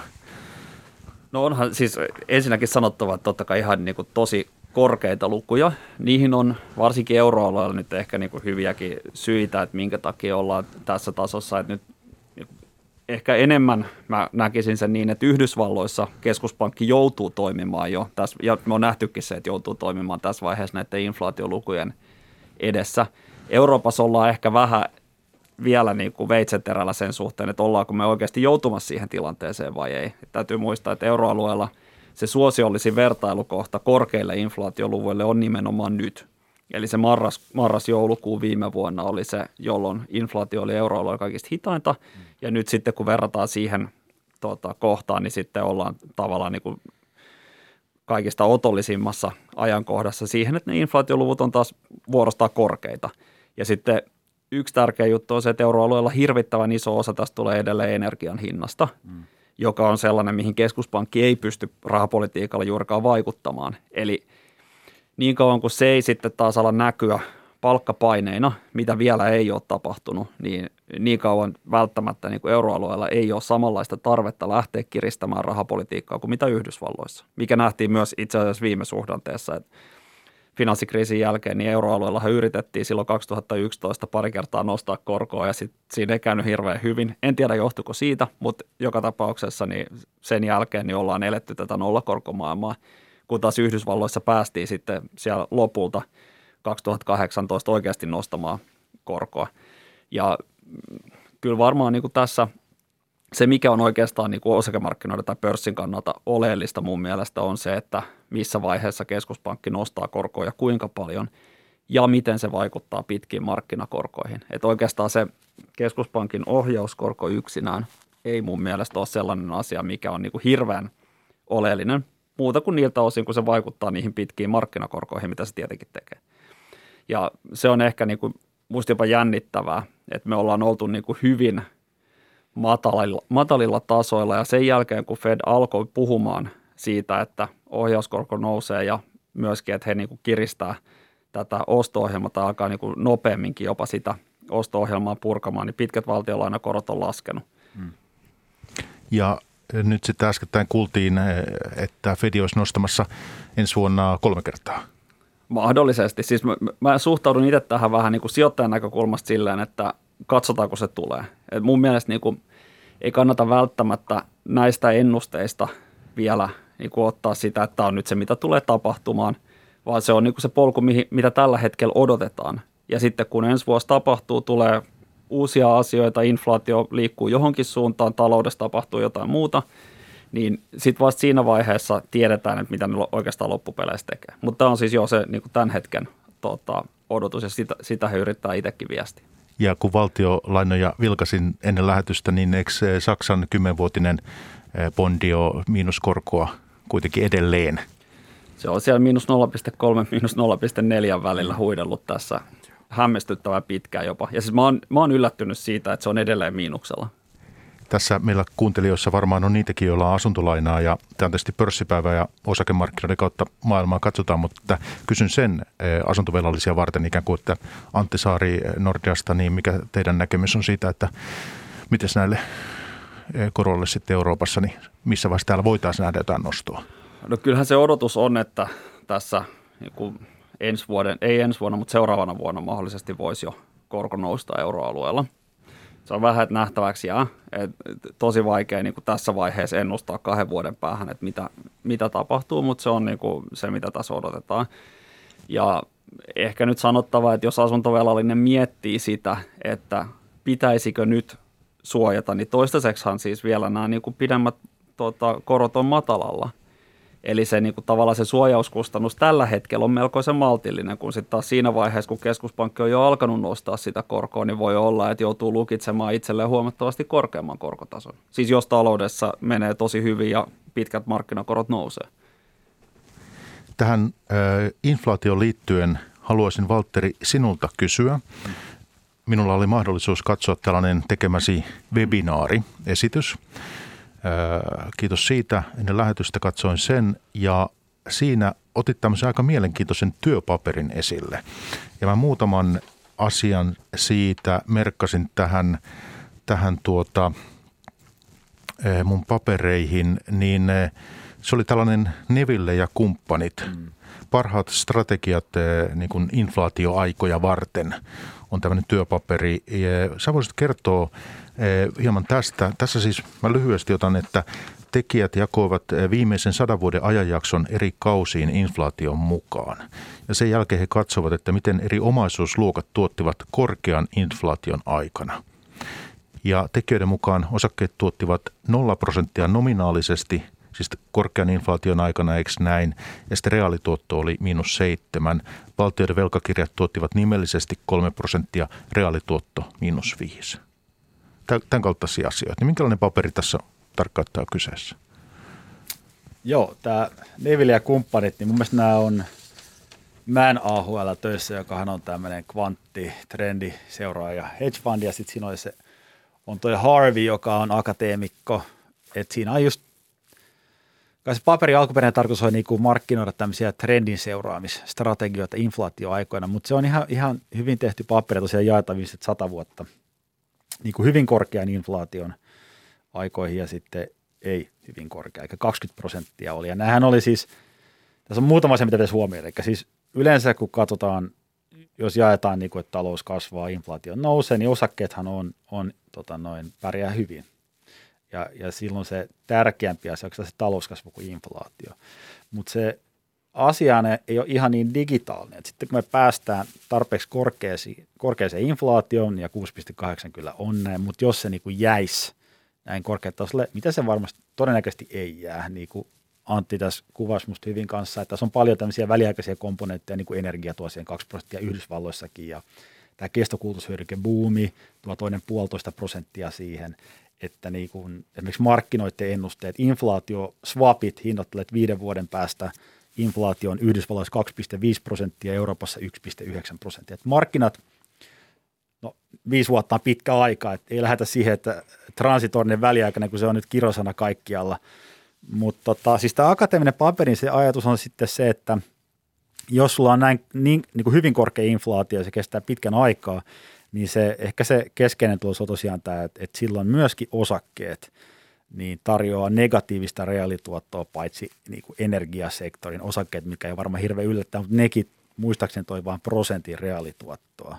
No onhan siis ensinnäkin sanottava, että totta kai ihan niin kuin tosi korkeita lukuja. Niihin on varsinkin euroalueella nyt ehkä niin kuin hyviäkin syitä, että minkä takia ollaan tässä tasossa. Että nyt ehkä enemmän mä näkisin sen niin, että Yhdysvalloissa keskuspankki joutuu toimimaan jo, tässä, ja me on nähtykin se, että joutuu toimimaan tässä vaiheessa näiden inflaatiolukujen edessä. Euroopassa ollaan ehkä vähän vielä niin kuin veitsenterällä sen suhteen, että ollaanko me oikeasti joutumassa siihen tilanteeseen vai ei. Et täytyy muistaa, että euroalueella se suosiollisin vertailukohta korkeille inflaatioluvuille on nimenomaan nyt. Eli se marras, marras-joulukuu viime vuonna oli se, jolloin inflaatio oli euroalueella kaikista hitainta. Mm. Ja nyt sitten kun verrataan siihen tota, kohtaan, niin sitten ollaan tavallaan niin kuin kaikista otollisimmassa ajankohdassa siihen, että ne inflaatioluvut on taas vuorostaan korkeita. Ja sitten yksi tärkeä juttu on se, että euroalueella hirvittävän iso osa tästä tulee edelleen energian hinnasta, mm. joka on sellainen, mihin keskuspankki ei pysty rahapolitiikalla juurikaan vaikuttamaan. Eli niin kauan kuin se ei sitten taas ala näkyä palkkapaineina, mitä vielä ei ole tapahtunut, niin niin kauan välttämättä niin kuin euroalueella ei ole samanlaista tarvetta lähteä kiristämään rahapolitiikkaa kuin mitä Yhdysvalloissa, mikä nähtiin myös itse asiassa viime suhdanteessa, että finanssikriisin jälkeen niin euroalueella yritettiin silloin kaksituhattayksitoista pari kertaa nostaa korkoa ja sitten siinä ei käynyt hirveän hyvin. En tiedä johtuiko siitä, mutta joka tapauksessa niin sen jälkeen niin ollaan eletty tätä nollakorkomaailmaa, kun taas Yhdysvalloissa päästiin sitten siellä lopulta kaksituhattakahdeksantoista oikeasti nostamaan korkoa. Ja kyllä varmaan niin kuin tässä se, mikä on oikeastaan niin kuin osakemarkkinoiden tai pörssin kannalta oleellista mun mielestä on se, että missä vaiheessa keskuspankki nostaa korkoa ja kuinka paljon ja miten se vaikuttaa pitkiin markkinakorkoihin. Että oikeastaan se keskuspankin ohjauskorko yksinään ei mun mielestä ole sellainen asia, mikä on niin kuin hirveän oleellinen muuta kuin niiltä osin, kun se vaikuttaa niihin pitkiin markkinakorkoihin, mitä se tietenkin tekee. Ja se on ehkä niin kuin musta jopa jännittävää, että me ollaan oltu niin kuin hyvin matalilla, matalilla tasoilla ja sen jälkeen, kun Fed alkoi puhumaan siitä, että ohjauskorko nousee ja myöskin, että he niin kuin kiristää tätä osto-ohjelmaa tai alkaa niin kuin nopeamminkin jopa sitä osto-ohjelmaa purkamaan, niin pitkät valtionlainakorot on laskenut. Hmm. Ja nyt sitten äskettäin kuultiin, että Fed olisi nostamassa ensi vuonna kolme kertaa. Mahdollisesti. Siis mä, mä suhtaudun itse tähän vähän niin kuin sijoittajan näkökulmasta silleen, että katsotaanko se tulee. Et mun mielestä niin kuin ei kannata välttämättä näistä ennusteista vielä niin kuin ottaa sitä, että tämä on nyt se, mitä tulee tapahtumaan, vaan se on niin kuin se polku, mihin, mitä tällä hetkellä odotetaan. Ja sitten kun ensi vuosi tapahtuu, tulee uusia asioita, inflaatio liikkuu johonkin suuntaan, taloudessa tapahtuu jotain muuta, niin sitten vasta siinä vaiheessa tiedetään, että mitä ne oikeastaan loppupeleissä tekee. Mutta tämä on siis jo se niin kuin tämän hetken tota, odotus, ja sitä, sitä he yrittää itsekin viestiä. Ja kun valtiolainoja vilkasin ennen lähetystä, niin eikö Saksan kymmenvuotinen bondi ole miinuskorkoa kuitenkin edelleen? Se on siellä miinus nolla pilkku kolme, miinus nolla pilkku neljä välillä huidellut tässä hämmästyttävän pitkään jopa. Ja siis mä oon, mä oon yllättynyt siitä, että se on edelleen miinuksella. Tässä meillä kuuntelijoissa varmaan on niitäkin, joilla on asuntolainaa ja tämä on tietysti pörssipäivä ja osakemarkkinoiden kautta maailmaa katsotaan, mutta kysyn sen asuntovelallisia varten ikään kuin, että Antti Saari Nordeasta, niin mikä teidän näkemys on siitä, että miten näille korolle sitten Euroopassa, niin missä vaiheessa täällä voitaisiin nähdä jotain nostoa? No kyllähän se odotus on, että tässä niin ensi vuoden, ei ensi vuonna, mutta seuraavana vuonna mahdollisesti voisi jo korko nousta euroalueella. Se on vähän, että nähtäväksi jää. Et tosi vaikea niin kuin tässä vaiheessa ennustaa kahden vuoden päähän, että mitä, mitä tapahtuu, mutta se on niin kuin se, mitä tässä odotetaan. Ja ehkä nyt sanottava, että jos asuntovelallinen miettii sitä, että pitäisikö nyt suojata, niin toistaiseksihan siis vielä nämä niin kuin pidemmät tota, korot on matalalla. Eli se niin kuin, tavallaan se suojauskustannus tällä hetkellä on melkoisen maltillinen, kun sitten taas siinä vaiheessa, kun keskuspankki on jo alkanut nostaa sitä korkoa, niin voi olla, että joutuu lukitsemaan itselleen huomattavasti korkeamman korkotason. Siis jos taloudessa menee tosi hyvin ja pitkät markkinakorot nousee. tähän äh, inflaatioon liittyen haluaisin, Valtteri, sinulta kysyä. Minulla oli mahdollisuus katsoa tällainen tekemäsi webinaari-esitys. Äh, kiitos siitä. Ennen lähetystä katsoin sen ja siinä otit tämmöisen aika mielenkiintoisen työpaperin esille. Ja mä muutaman asian siitä merkkasin tähän, tähän tuota, mun papereihin, niin se oli tällainen Neville ja kumppanit, mm. parhaat strategiat niin kuin inflaatioaikoja varten on tämmöinen työpaperi. Ja sä voisit kertoa hieman tästä. Tässä siis mä lyhyesti otan, että tekijät jakoivat viimeisen sadan vuoden ajanjakson eri kausiin inflaation mukaan. Ja sen jälkeen he katsovat, että miten eri omaisuusluokat tuottivat korkean inflaation aikana. Ja tekijöiden mukaan osakkeet tuottivat nolla prosenttia nominaalisesti, siis korkean inflaation aikana, eikö näin? Ja sitten reaalituotto oli miinus seitsemän. Valtioiden velkakirjat tuottivat nimellisesti kolme prosenttia, reaalituotto miinus viisi. Tämän kaltaisia asioita. Niin minkälainen paperi tässä tarkkaan on kyseessä? Joo, tämä Neville ja kumppanit, niin mun mielestä nämä on Män A H L töissä, jokahan on tämmöinen kvantti, trendi, seuraaja, hedge fund, ja sitten siinä oli se, on toi Harvey, joka on akateemikko, että siinä on just, kai se paperin alkuperäinen tarkoitus on niinku markkinoida tämmöisiä trendin seuraamisstrategioita inflaatioaikoina, mutta se on ihan, ihan hyvin tehty paperi, tosiaan jaetaan viisikymmentä sata vuotta, niinku hyvin korkean inflaation aikoihin ja sitten ei hyvin korkea, eikä kaksikymmentä prosenttia oli. Ja näähän oli siis, tässä on muutama asia, mitä pitäisi huomioida. Eli siis yleensä kun katsotaan, jos jaetaan, niin kuin, että talous kasvaa, inflaatio nousee, niin osakkeethan on, on tota noin, pärjää hyvin. Ja, ja silloin se tärkeämpi asia on se talouskasvu kuin inflaatio. Mutta se asia ei ole ihan niin digitaalinen. Et sitten kun me päästään tarpeeksi korkeaseen, korkeaseen inflaatioon, ja kuusi pilkku kahdeksan kyllä on näin, mutta jos se niin kuin jäisi näin korkeatasolle, mitä se varmasti todennäköisesti ei jää, niin kuin Antti tässä kuvasi musta hyvin kanssa, että tässä on paljon tämmöisiä väliaikaisia komponentteja, niin kuin energia tuo siihen kaksi prosenttia Yhdysvalloissakin, ja tämä kestokulutushyödykebuumi tuo toinen puolitoista prosenttia siihen, että niin kuin esimerkiksi markkinoiden ennusteet, inflaatioswapit hinnoittelet viiden vuoden päästä, inflaatio on Yhdysvalloissa kaksi pilkku viisi prosenttia, Euroopassa yksi pilkku yhdeksän prosenttia. Että markkinat, no viisi vuotta on pitkä aika, että ei lähdetä siihen, että transitorinen väliaikainen, kun se on nyt kirosana kaikkialla. Mutta tota, siis tämä akateeminen paperin se ajatus on sitten se, että jos sulla on näin niin, niin kuin hyvin korkea inflaatio ja se kestää pitkän aikaa, niin se, ehkä se keskeinen tulos on tosiaan tämä, että, että silloin myöskin osakkeet niin tarjoaa negatiivista reaalituottoa, paitsi niin kuin energiasektorin osakkeet, mikä ei varmaan hirveän yllättää, mutta nekin muistaakseni toi vain prosentin reaalituottoa.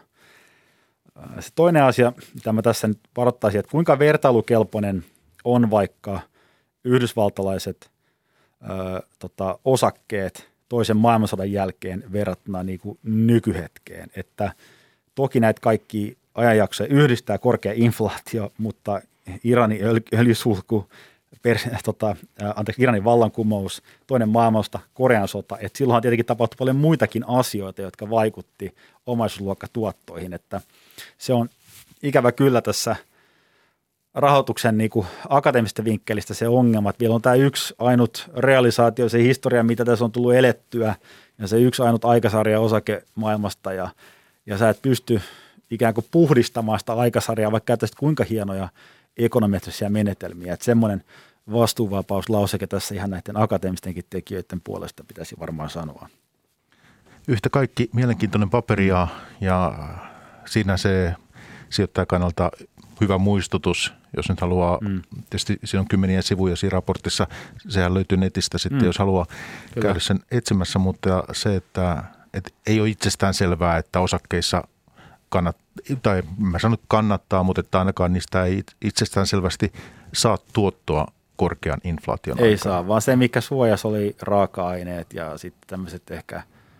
Se toinen asia, mitä mä tässä nyt varoittaisin, että kuinka vertailukelpoinen on vaikka yhdysvaltalaiset ö, tota, osakkeet toisen maailmansodan jälkeen verrattuna niin kuin nykyhetkeen, että toki näitä kaikki ajanjaksoja yhdistää korkea inflaatio, mutta Iranin öl- öljysulku, per, tota, anteeksi, Iranin vallankumous, toinen maailmasta, Korean sota, että silloinhan tietenkin tapahtui paljon muitakin asioita, jotka vaikutti omaisuusluokkatuottoihin, että se on ikävä kyllä tässä rahoituksen niin kuin akateemisesta vinkkelistä se ongelma, että vielä on tämä yksi ainut realisaatio, se historia, mitä tässä on tullut elettyä, ja se yksi ainut aikasarja osakemaailmasta, ja, ja sä et pysty ikään kuin puhdistamaan sitä aikasarjaa, vaikka käyttäisit kuinka hienoja ekonometrisia menetelmiä, että semmoinen vastuuvapauslauseke tässä ihan näiden akateemistenkin tekijöiden puolesta pitäisi varmaan sanoa. Yhtä kaikki mielenkiintoinen paperi ja, ja siinä se sijoittajan kannalta hyvä muistutus, jos nyt haluaa, mm. tietysti siinä on kymmeniä sivuja siinä raportissa, sehän löytyy netistä sitten, mm. jos haluaa Kyllä. käydä sen etsimässä, mutta se, että, että ei ole itsestään selvää, että osakkeissa kannattaa, tai mä sanon kannattaa, mutta että ainakaan niistä ei itsestään selvästi saa tuottoa korkean inflaation Ei aikaan. saa, vaan se mikä suojas oli raaka-aineet ja sitten tämmöiset ehkä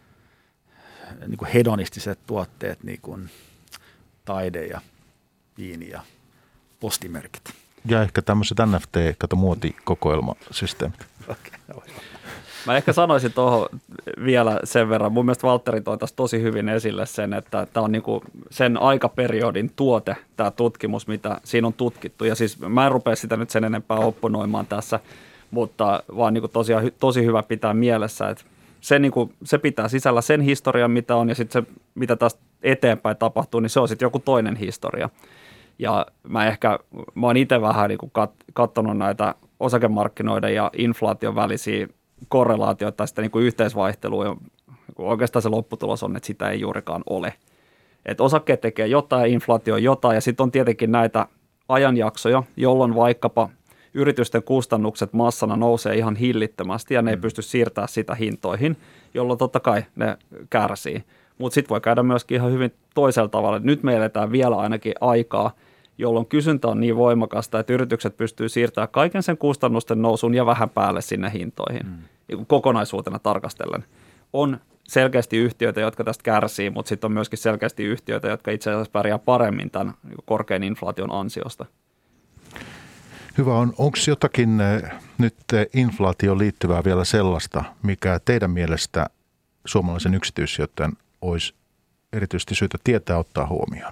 niin kuin hedonistiset tuotteet, niin kuin taide ja viini ja postimerkit. Ja ehkä tämmöiset N F T, kato muotikokoelmasysteemit. Okay. Mä ehkä sanoisin tuohon vielä sen verran. Mun mielestä Valtteri toi tässä tosi hyvin esille sen, että tämä on niinku sen aikaperiodin tuote, tämä tutkimus, mitä siinä on tutkittu. Ja siis mä en rupea sitä nyt sen enempää opponoimaan tässä, mutta vaan niinku tosiaan tosi hyvä pitää mielessä, että se, niin kuin, se pitää sisällä sen historian, mitä on, ja sitten se, mitä tästä eteenpäin tapahtuu, niin se on sitten joku toinen historia. Ja mä ehkä, mä oon itse vähän niin kuin kat, katsonut näitä osakemarkkinoiden ja inflaation välisiä korrelaatioita tai sitten niin kuin yhteisvaihtelua, ja oikeastaan se lopputulos on, että sitä ei juurikaan ole. Että osakkeet tekee jotain, inflaatio jotain, ja sitten on tietenkin näitä ajanjaksoja, jolloin vaikkapa yritysten kustannukset massana nousee ihan hillittömästi, ja ne ei pysty siirtämään sitä hintoihin, jolloin totta kai ne kärsii. Mutta sitten voi käydä myöskin ihan hyvin toisella tavalla. Nyt me eletään vielä ainakin aikaa, jolloin kysyntä on niin voimakasta, että yritykset pystyy siirtämään kaiken sen kustannusten nousun ja vähän päälle sinne hintoihin, mm. kokonaisuutena tarkastellen. On selkeästi yhtiöitä, jotka tästä kärsii, mutta sitten on myöskin selkeästi yhtiöitä, jotka itse asiassa pärjää paremmin tämän korkean inflaation ansiosta. Hyvä on. Onko jotakin nyt inflaatioon liittyvää vielä sellaista, mikä teidän mielestä suomalaisen yksityissijoittajan olisi erityisesti syytä tietää ottaa huomioon?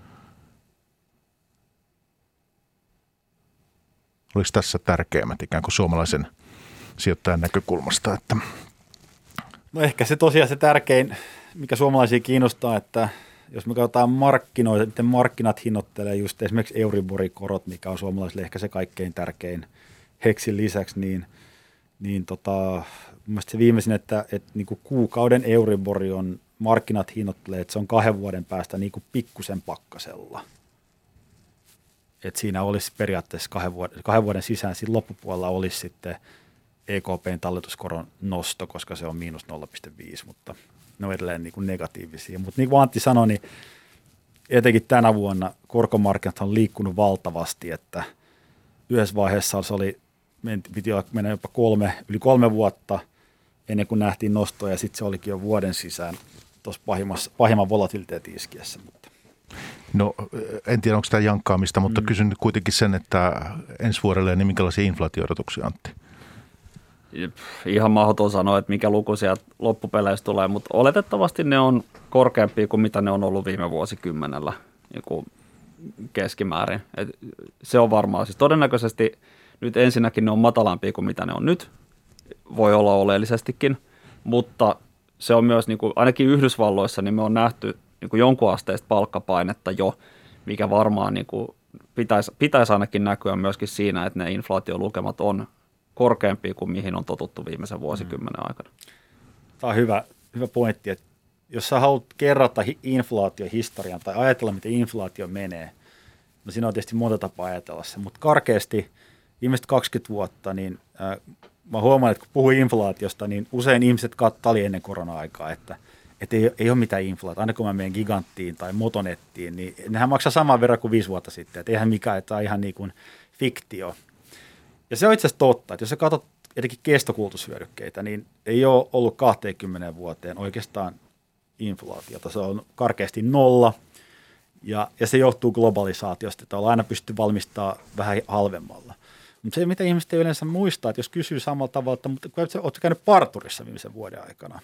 Oliko tässä tärkeimmät ikään kuin suomalaisen sijoittajan näkökulmasta? Että no ehkä se tosiaan se tärkein, mikä suomalaisia kiinnostaa, että jos me katsotaan markkinoita, miten markkinat hinnoittelee just esimerkiksi Euriborikorot, mikä on suomalaisille ehkä se kaikkein tärkein heksin lisäksi, niin, niin tota, mielestäni se viimeisin, että, että niin kuin kuukauden Euribori on markkinat hinnoittelee, että se on kahden vuoden päästä niin kuin pikkusen pakkasella. Että siinä olisi periaatteessa kahden vuoden, kahden vuoden sisään siinä loppupuolella olisi sitten E K P:n talletuskoron nosto, koska se on miinus nolla pilkku viisi, mutta ne on edelleen niin kuin negatiivisia. Mutta niin kuin Antti sanoi, niin etenkin tänä vuonna korkomarkkinat on liikkunut valtavasti, että yhdessä vaiheessa se oli, piti mennä jopa kolme, yli kolme vuotta ennen kuin nähtiin nostoa, ja sitten se olikin jo vuoden sisään tuossa pahimman volatiliteetin iskiessä. No en tiedä, onko tämä jankkaamista, mutta mm. kysyn nyt kuitenkin sen, että ensi vuodelle, niin minkälaisia inflaatio-odotuksia, Antti? Ihan mahdoton sanoa, että mikä luku sieltä loppupeleissä tulee, mutta oletettavasti ne on korkeampia kuin mitä ne on ollut viime vuosikymmenellä niin keskimäärin. Et se on varmaan. Siis todennäköisesti nyt ensinnäkin ne on matalampia kuin mitä ne on nyt, voi olla oleellisestikin, mutta se on myös niin kuin, ainakin Yhdysvalloissa niin me on nähty niin kuin jonkun asteista palkkapainetta jo, mikä varmaan niin kuin pitäisi, pitäisi ainakin näkyä myöskin siinä, että ne inflaatiolukemat on korkeampia kuin mihin on totuttu viimeisen vuosikymmenen aikana. Tämä on hyvä, hyvä pointti, että jos sä haluat kerrata inflaatiohistorian tai ajatella, miten inflaatio menee, no siinä on tietysti monta tapaa ajatella se, mutta karkeasti viimeiset kaksikymmentä vuotta, niin äh, mä huomaan, että kun puhuin inflaatiosta, niin usein ihmiset kattali ennen korona-aikaa, että, että ei, ei ole mitään inflaatiota. Aina kun mä menen Giganttiin tai Motonettiin, niin nehän maksaa saman verran kuin viisi vuotta sitten, että eihän mikään, että on ihan niin kuin fiktio. Ja se on itse asiassa totta, että jos sä katsot etenkin kestokulutushyödykkeitä, niin ei ole ollut kaksikymmentä vuoteen oikeastaan inflaatiota. Se on karkeasti nolla, ja, ja se johtuu globalisaatiosta, että ollaan aina pystytty valmistamaan vähän halvemmalla. Mutta se, mitä ihmiset ei yleensä muistaa, että jos kysyy samalla tavalla, että mutta oletko käynyt parturissa viimeisen vuoden aikana,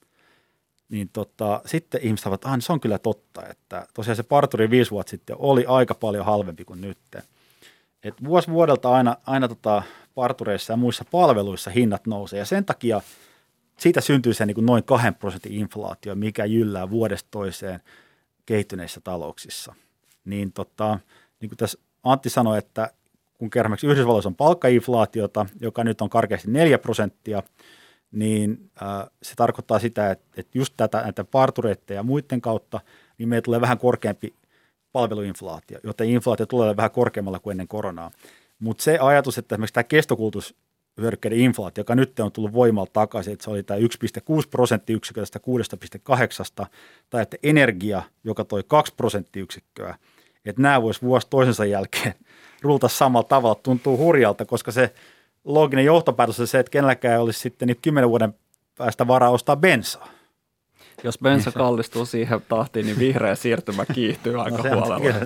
niin tota, sitten ihmiset sanovat, että ah, se on kyllä totta, että tosiaan se parturi viisi vuotta sitten oli aika paljon halvempi kuin nyt. Et vuosi vuodelta aina, aina tota partureissa ja muissa palveluissa hinnat nousee, ja sen takia siitä syntyy se niin kuin noin kahden prosentin inflaatio, mikä jyllää vuodesta toiseen kehittyneissä talouksissa. Niin, tota, niin kuin tässä Antti sanoi, että kun kerran Yhdysvalloissa on palkkainflaatiota, joka nyt on karkeasti neljä prosenttia, niin äh, se tarkoittaa sitä, että, että just tätä, näitä partureiden ja muiden kautta, niin meillä tulee vähän korkeampi palveluinflaatio, joten inflaatio tulee vähän korkeammalla kuin ennen koronaa. Mutta se ajatus, että esimerkiksi tämä kestokulutushyödykkeiden inflaatio, joka nyt on tullut voimalla takaisin, että se oli tämä yksi pilkku kuusi prosenttiyksikköä tästä kuusi pilkku kahdeksan, tai että energia, joka toi kaksi prosenttiyksikköä, että nämä voisi vuosi toisensa jälkeen rulta samalla tavalla, tuntuu hurjalta, koska se looginen johtopäätös on se, että kenelläkään ei olisi sitten niin kymmenen vuoden päästä varaa ostaa bensaa. Jos bensa kallistuu siihen tahtiin, niin vihreä siirtymä kiihtyy aika no, huolella.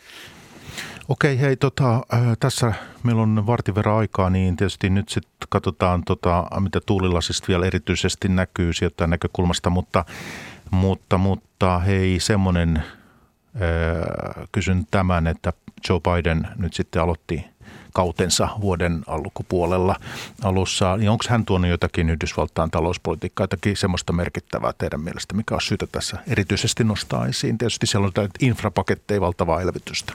Okei, hei, tota, äh, tässä meillä on vartin verran aikaa, niin tietysti nyt sitten katsotaan, tota, mitä tuulilasista vielä erityisesti näkyy sijoittajan näkökulmasta, mutta, mutta, mutta hei, semmoinen, äh, kysyn tämän, että Joe Biden nyt sitten aloitti kautensa vuoden alkupuolella alussa. Niin onko hän tuonut jotakin Yhdysvaltain talouspolitiikkaa, jotakin semmoista merkittävää teidän mielestä, mikä on syytä tässä erityisesti nostaa esiin? Tietysti siellä on infrapaketteja, valtavaa elvytystä.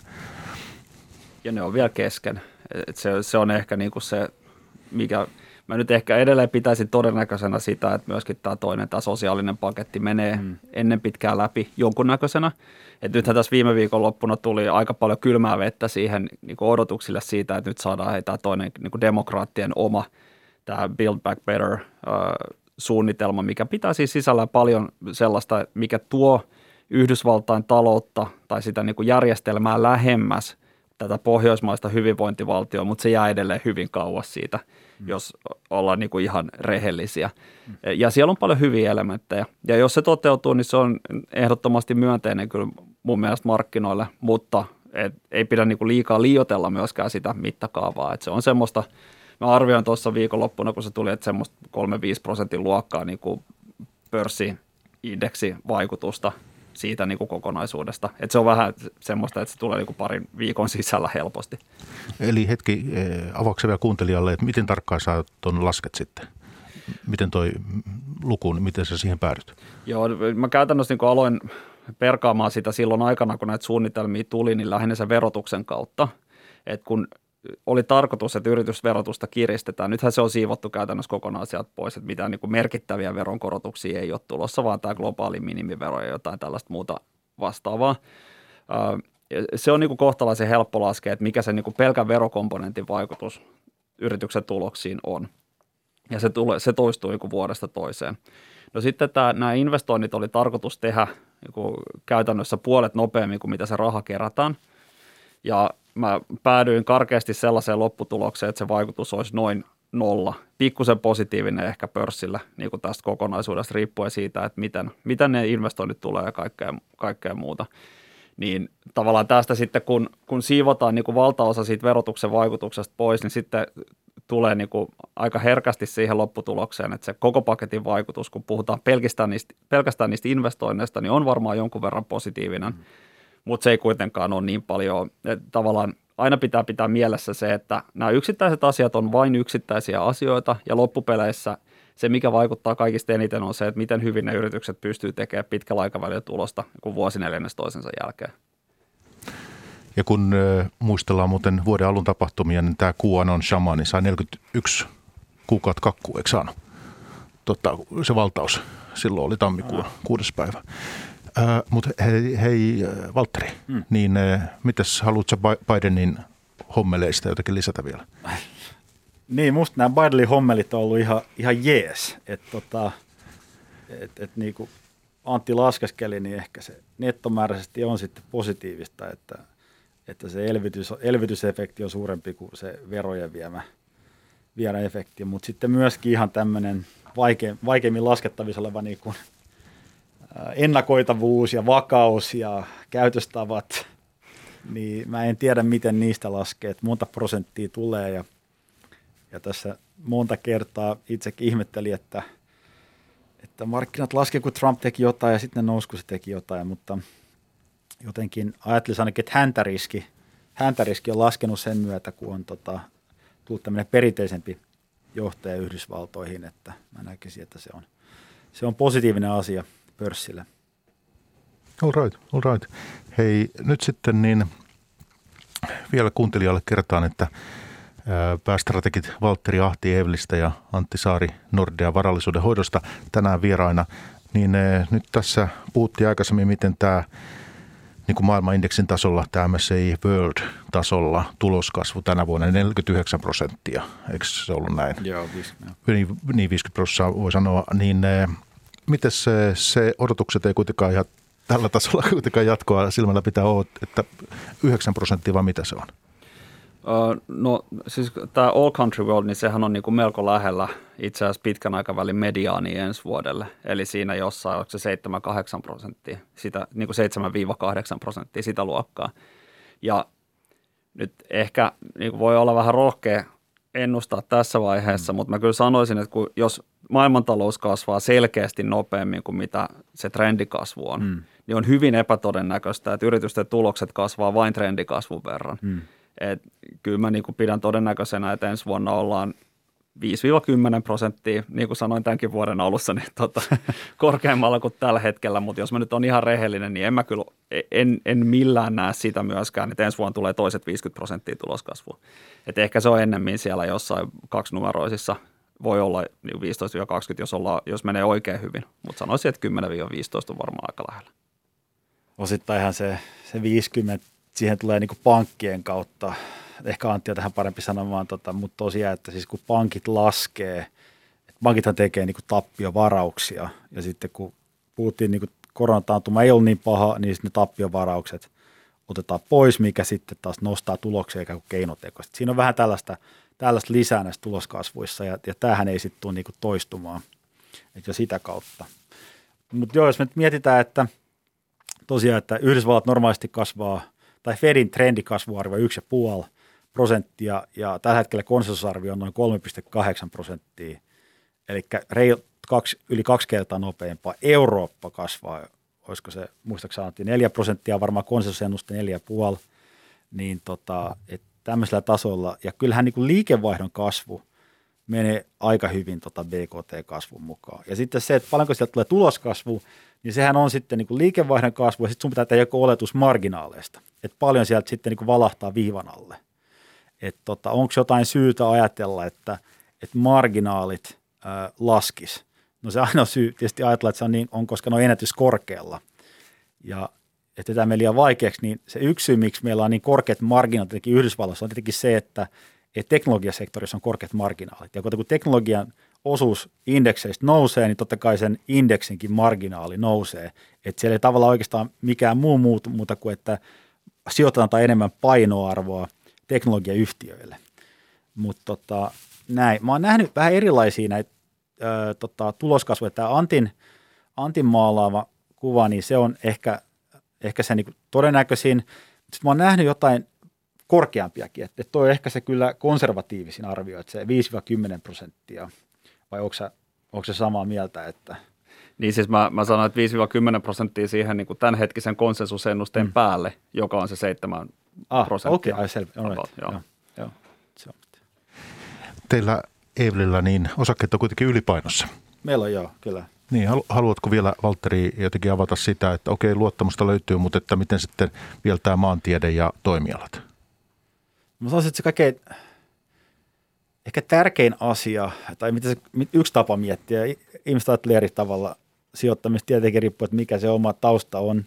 Ja ne on vielä kesken. Et se, se on ehkä niinku se, mikä mä nyt ehkä edelleen pitäisin todennäköisenä sitä, että myöskin tämä toinen, tämä sosiaalinen paketti menee mm. ennen pitkään läpi jonkunnäköisenä. Et nythän tässä viime viikonloppuna tuli aika paljon kylmää vettä siihen niinku odotuksille siitä, että nyt saadaan hei, tämä toinen niinku demokraattien oma, tämä Build Back Better äh, suunnitelma, mikä pitää siis sisällään paljon sellaista, mikä tuo Yhdysvaltain taloutta tai sitä niinku järjestelmää lähemmäs tätä pohjoismaista hyvinvointivaltioa, mutta se jää edelleen hyvin kauas siitä, mm. jos ollaan niin kuin ihan rehellisiä. Mm. Ja siellä on paljon hyviä elementtejä. Ja jos se toteutuu, niin se on ehdottomasti myönteinen kyllä mun mielestä markkinoille, mutta et ei pidä niin kuin liikaa liioitella myöskään sitä mittakaavaa. Et se on semmoista, mä arvioin tuossa viikonloppuna, kun se tuli, että semmoista kolme viisi prosentin luokkaa niin kuin pörssiindeksivaikutusta siitä niin kuin kokonaisuudesta. Et se on vähän semmoista, että se tulee niin kuin parin viikon sisällä helposti. Eli hetki, avaako vielä kuuntelijalle, että miten tarkkaan sä tuon lasket sitten? Miten toi luku, miten sä siihen päädyt? Joo, mä käytännössä niin kuin aloin perkaamaan sitä silloin aikana, kun näitä suunnitelmia tuli, niin lähinnä sen verotuksen kautta. Et kun oli tarkoitus, että yritysverotusta kiristetään. Nythän se on siivottu käytännössä kokonaan sieltä pois, että mitään niin kuin merkittäviä veronkorotuksia ei ole tulossa, vaan tämä globaali minimivero ja jotain tällaista muuta vastaavaa. Se on niin kuin kohtalaisen helppo laskea, että mikä se niin kuin pelkän verokomponentin vaikutus yrityksen tuloksiin on. Ja se, tulee, se toistuu niin kuin vuodesta toiseen. No sitten tämä, nämä investoinnit oli tarkoitus tehdä niin kuin käytännössä puolet nopeammin kuin mitä se raha kerätään. Ja mä päädyin karkeasti sellaiseen lopputulokseen, että se vaikutus olisi noin nolla. Pikkusen positiivinen ehkä pörssillä niin kuin tästä kokonaisuudesta riippuen siitä, että miten, miten ne investoinnit tulee ja kaikkea, kaikkea muuta. Niin tavallaan tästä sitten, kun, kun siivotaan niin kuin valtaosa siitä verotuksen vaikutuksesta pois, niin sitten tulee niin kuin aika herkästi siihen lopputulokseen, että se koko paketin vaikutus, kun puhutaan pelkästään niistä, pelkästään niistä investoinneista, niin on varmaan jonkun verran positiivinen. Mm. Mutta se ei kuitenkaan ole niin paljon. Et tavallaan aina pitää pitää mielessä se, että nämä yksittäiset asiat on vain yksittäisiä asioita ja loppupeleissä se, mikä vaikuttaa kaikista eniten on se, että miten hyvin ne yritykset pystyy tekemään pitkällä aikavälillä tulosta kuin vuosineljännes toisensa jälkeen. Ja kun äh, muistellaan muuten vuoden alun tapahtumia, niin tämä QAnon shamani sai neljäkymmentäyksi kuukautta kakkua, eikö saanut? Totta, se valtaus silloin oli tammikuun no. kuudes päivä. Äh, Mutta hei, hei Valtteri, hmm. niin äh, mitäs haluatko Bidenin hommeleista jotakin lisätä vielä? Niin, musta nämä Bidenin hommelit on ollut ihan, ihan jees. Että tota, et, et niin kuin Antti laskeskeli, niin ehkä se nettomääräisesti on sitten positiivista, että, että se elvytys, elvytysefekti on suurempi kuin se verojen viemä, viemä efekti. Mutta sitten myöskin ihan tämmöinen vaike, vaikeimmin laskettavissa oleva niin kuin ennakoitavuus ja vakaus ja käytöstavat, niin mä en tiedä, miten niistä laskee, että monta prosenttia tulee. Ja, ja tässä monta kertaa itsekin ihmettelin, että, että markkinat laskee, kun Trump teki jotain ja sitten ne nousi, kun se teki jotain, mutta jotenkin ajattelin ainakin, että häntäriski, häntäriski on laskenut sen myötä, kun on tota, tullut tämmöinen perinteisempi johtaja Yhdysvaltoihin, että mä näkisin, että se on, se on positiivinen asia pörssille. All right, all right. Hei, nyt sitten niin vielä kuuntelijalle kertaan, että päästrategit Valtteri Ahti Evlistä ja Antti Saari Nordea varallisuuden hoidosta tänään vieraina. Niin nyt tässä puhuttiin aikaisemmin, miten tämä niin kuin maailmanindeksin tasolla, tämä M S C I World-tasolla tuloskasvu tänä vuonna neljäkymmentäyhdeksän prosenttia. Eikö se ollut näin? Joo, viisikymmentä. Niin, niin viisikymmentä prosenttia voi sanoa. Niin miten se, se odotukset ei kuitenkaan ihan tällä tasolla kuitenkaan jatkoa silmällä pitää olla, että yhdeksän prosenttia vai mitä se on? Uh, no siis tämä All Country World, niin sehän on niin kuin melko lähellä itse asiassa pitkän aikavälin mediaani ensi vuodelle. Eli siinä jossain, onko se seitsemän kahdeksan prosenttia, sitä, niin kuin seitsemän kahdeksan prosenttia sitä luokkaa. Ja nyt ehkä niin kuin voi olla vähän rohkea ennustaa tässä vaiheessa, mm. mutta mä kyllä sanoisin, että kun, jos maailmantalous kasvaa selkeästi nopeammin kuin mitä se trendikasvu on, mm. niin on hyvin epätodennäköistä, että yritysten tulokset kasvaa vain trendikasvun verran. Mm. Et kyllä mä niin kuin pidän todennäköisenä, että ensi vuonna ollaan viisi kymmenen prosenttia, niin kuin sanoin tämänkin vuoden alussa, niin tota, korkeammalla kuin tällä hetkellä, mutta jos mä nyt on ihan rehellinen, niin en mä kyllä, en, en millään näe sitä myöskään, että ensi vuonna tulee toiset viisikymmentä prosenttia tuloskasvua. Et ehkä se on ennemmin siellä jossain kaksinumeroisissa, voi olla viisitoista kaksikymmentä, jos, ollaan, jos menee oikein hyvin, mutta sanoisin, että kymmenen viisitoista on varmaan aika lähellä. Osittainhan se, se viisikymmentä, siihen tulee niin kuin pankkien kautta. Ehkä Antti on tähän parempi sanomaan, tota, mutta tosiaan, että siis kun pankit laskee, että pankithan tekee niin kuin tappiovarauksia, ja sitten kun puhuttiin niin kuin koronataantuma ei ollut niin paha, niin sitten ne tappiovaraukset otetaan pois, mikä sitten taas nostaa tuloksia ikään kuin keinotekoisesti. Siinä on vähän tällaista, tällaista lisää näissä tuloskasvuissa, ja, ja tämähän ei sitten tule niin kuin toistumaan, että jo sitä kautta. Mutta joo, jos me nyt mietitään, että tosiaan, että Yhdysvallat normaalisti kasvaa, tai Fedin trendikasvuarvio yksi pilkku viisi prosenttia, ja tällä hetkellä konsensusarvio on noin kolme pilkku kahdeksan prosenttia, eli reilu kaksi, yli kaksi kertaa nopeampaa. Eurooppa kasvaa, olisiko se, muistaakseni neljä prosenttia, varmaan konsensusennuste neljä pilkku viisi, niin tota, että tämmöisellä tasolla, ja kyllähän niin kuin liikevaihdon kasvu menee aika hyvin tota B K T-kasvun mukaan. Ja sitten se, että paljonko sieltä tulee tuloskasvu, niin sehän on sitten niin kuin liikevaihdon kasvu, ja sitten sun pitää tehdä joku oletus marginaaleista, että paljon sieltä sitten niin kuin valahtaa viivan alle. Että tota, onko jotain syytä ajatella, että, että marginaalit ää, laskis? No se ainoa syy tietysti ajatella, että se on, niin, on koska ne on ennätyskorkealla. Ja että tämä menee liian vaikeaksi, niin se yksi syy, miksi meillä on niin korkeat marginaalit tietenkin Yhdysvalloissa, on tietenkin se, että, että teknologiasektorissa on korkeat marginaalit. Ja kun teknologian osuus indekseistä nousee, niin totta kai sen indeksinkin marginaali nousee. Että siellä ei tavallaan oikeastaan mikään muu muuta kuin, että sijoitetaan enemmän painoarvoa teknologiayhtiöille. Mutta tota, näin. Mä oon nähnyt vähän erilaisia näitä ö, tota, tuloskasvuja. Tämä Antin, Antin maalaava kuva, niin se on ehkä, ehkä se niin todennäköisin. Sitten mä oon nähnyt jotain korkeampiakin, että toi on ehkä se kyllä konservatiivisin arvio, että se viisi kymmenen prosenttia. Vai onko se, onko se samaa mieltä, että... Niin siis mä, mä sanoin, että viisi kymmenen prosenttia siihen niin kuin tämänhetkisen konsensusennusteen mm. päälle, joka on se seitsemän ah, prosenttia. Okei, okay, selvä. Right. Joo. Joo. Joo. Se on. Teillä Evelillä niin osakkeet on kuitenkin ylipainossa. Meillä on joo, kyllä. Niin, haluatko vielä, Valtteri, jotenkin avata sitä, että okei, luottamusta löytyy, mutta että miten sitten vielä tämä maantiede ja toimialat? Mä sanoisin, että se kaikkein ehkä tärkein asia, tai mitä se, yksi tapa miettiä, ihmiset ajattelee eri tavalla sijoittamista, tietenkin riippuu, että mikä se oma tausta on.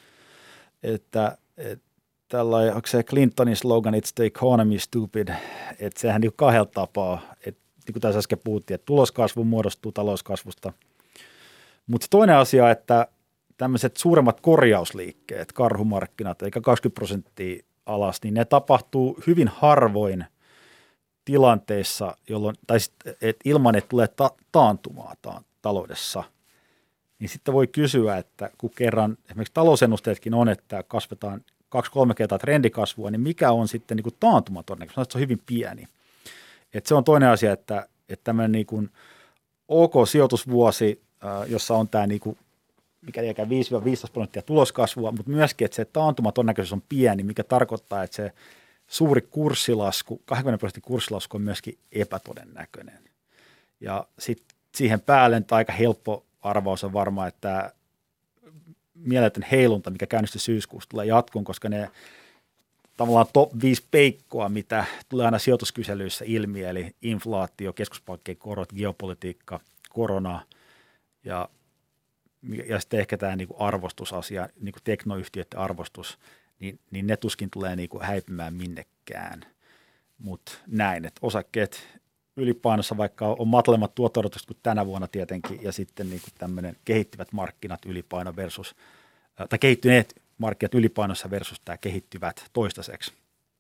Että, että tällainen, onko se Clintonin slogan, it's the economy stupid, että sehän niin kahdella tapaa, että niin kuin tässä äsken puhuttiin, että tuloskasvu muodostuu talouskasvusta. Mutta toinen asia, että tämmöiset suuremmat korjausliikkeet, karhumarkkinat, eikä kaksikymmentä prosenttia alas, niin ne tapahtuu hyvin harvoin tilanteissa, jolloin, tai sit, et ilman, että tulee ta- taantumaa ta- taloudessa, niin sitten voi kysyä, että kun kerran esimerkiksi talousennusteetkin on, että kasvetaan kaksi-kolme kertaa trendikasvua, niin mikä on sitten niin kuin taantuma todennäköisesti? Se on hyvin pieni. Et se on toinen asia, että, että tämmöinen niin kuin OK-sijoitusvuosi, jossa on tämä niin kuin, mikä liekään viisi viisitoista prosenttia tuloskasvua, mutta myöskin, että se taantuma todennäköisesti on pieni, mikä tarkoittaa, että se suuri kurssilasku, kaksikymmentä prosentin kurssilasku on myöskin epätodennäköinen. Ja sitten siihen päälle aika helppo arvaus on varmaan, että mieletön heilunta, mikä käynnistyi syyskuussa, tulee jatkuun, koska ne tavallaan top viisi peikkoa, mitä tulee aina sijoituskyselyissä ilmi, eli inflaatio, keskuspankkien korot, geopolitiikka, korona ja, ja sitten ehkä tämä niin kuin arvostusasia, niin kuin teknoyhtiöiden arvostus, niin, niin ne tuskin tulee niin kuin häipymään minnekään. Mutta näin, että osakkeet ylipainossa, vaikka on matalemmat tuotto-odotukset kuin tänä vuonna tietenkin, ja sitten niin kuin tämmöinen kehittyvät markkinat ylipaino versus, tai kehittyneet markkinat ylipainossa versus tämä kehittyvät toistaiseksi.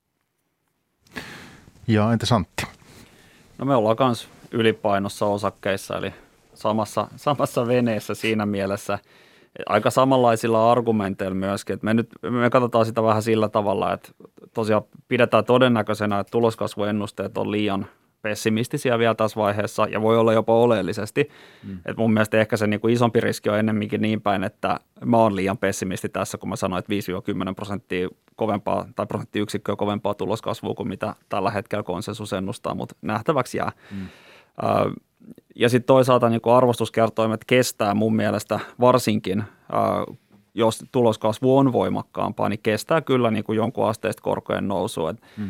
Ja entäs Antti? No me ollaan myös ylipainossa osakkeissa, eli samassa, samassa veneessä siinä mielessä. Aika samanlaisilla argumenteilla myöskin, että me nyt me katsotaan sitä vähän sillä tavalla, että tosiaan pidetään todennäköisenä, että tuloskasvuennusteet on liian pessimistisiä vielä tässä vaiheessa ja voi olla jopa oleellisesti. Mm. Et mun mielestä ehkä se niin kuin isompi riski on ennemminkin niin päin, että mä oon liian pessimisti tässä, kun mä sanoin, että viisi kymmenen prosenttia kovempaa tai prosenttiyksikköä kovempaa tuloskasvua kuin mitä tällä hetkellä konsensus ennustaa, mutta nähtäväksi jää. Mm. Uh, ja sitten toisaalta niin kuin arvostuskertoimet kestää mun mielestä varsinkin, uh, jos tuloskasvu on voimakkaampaa, niin kestää kyllä niin kuin jonkun asteista korkojen nousua. Et mm.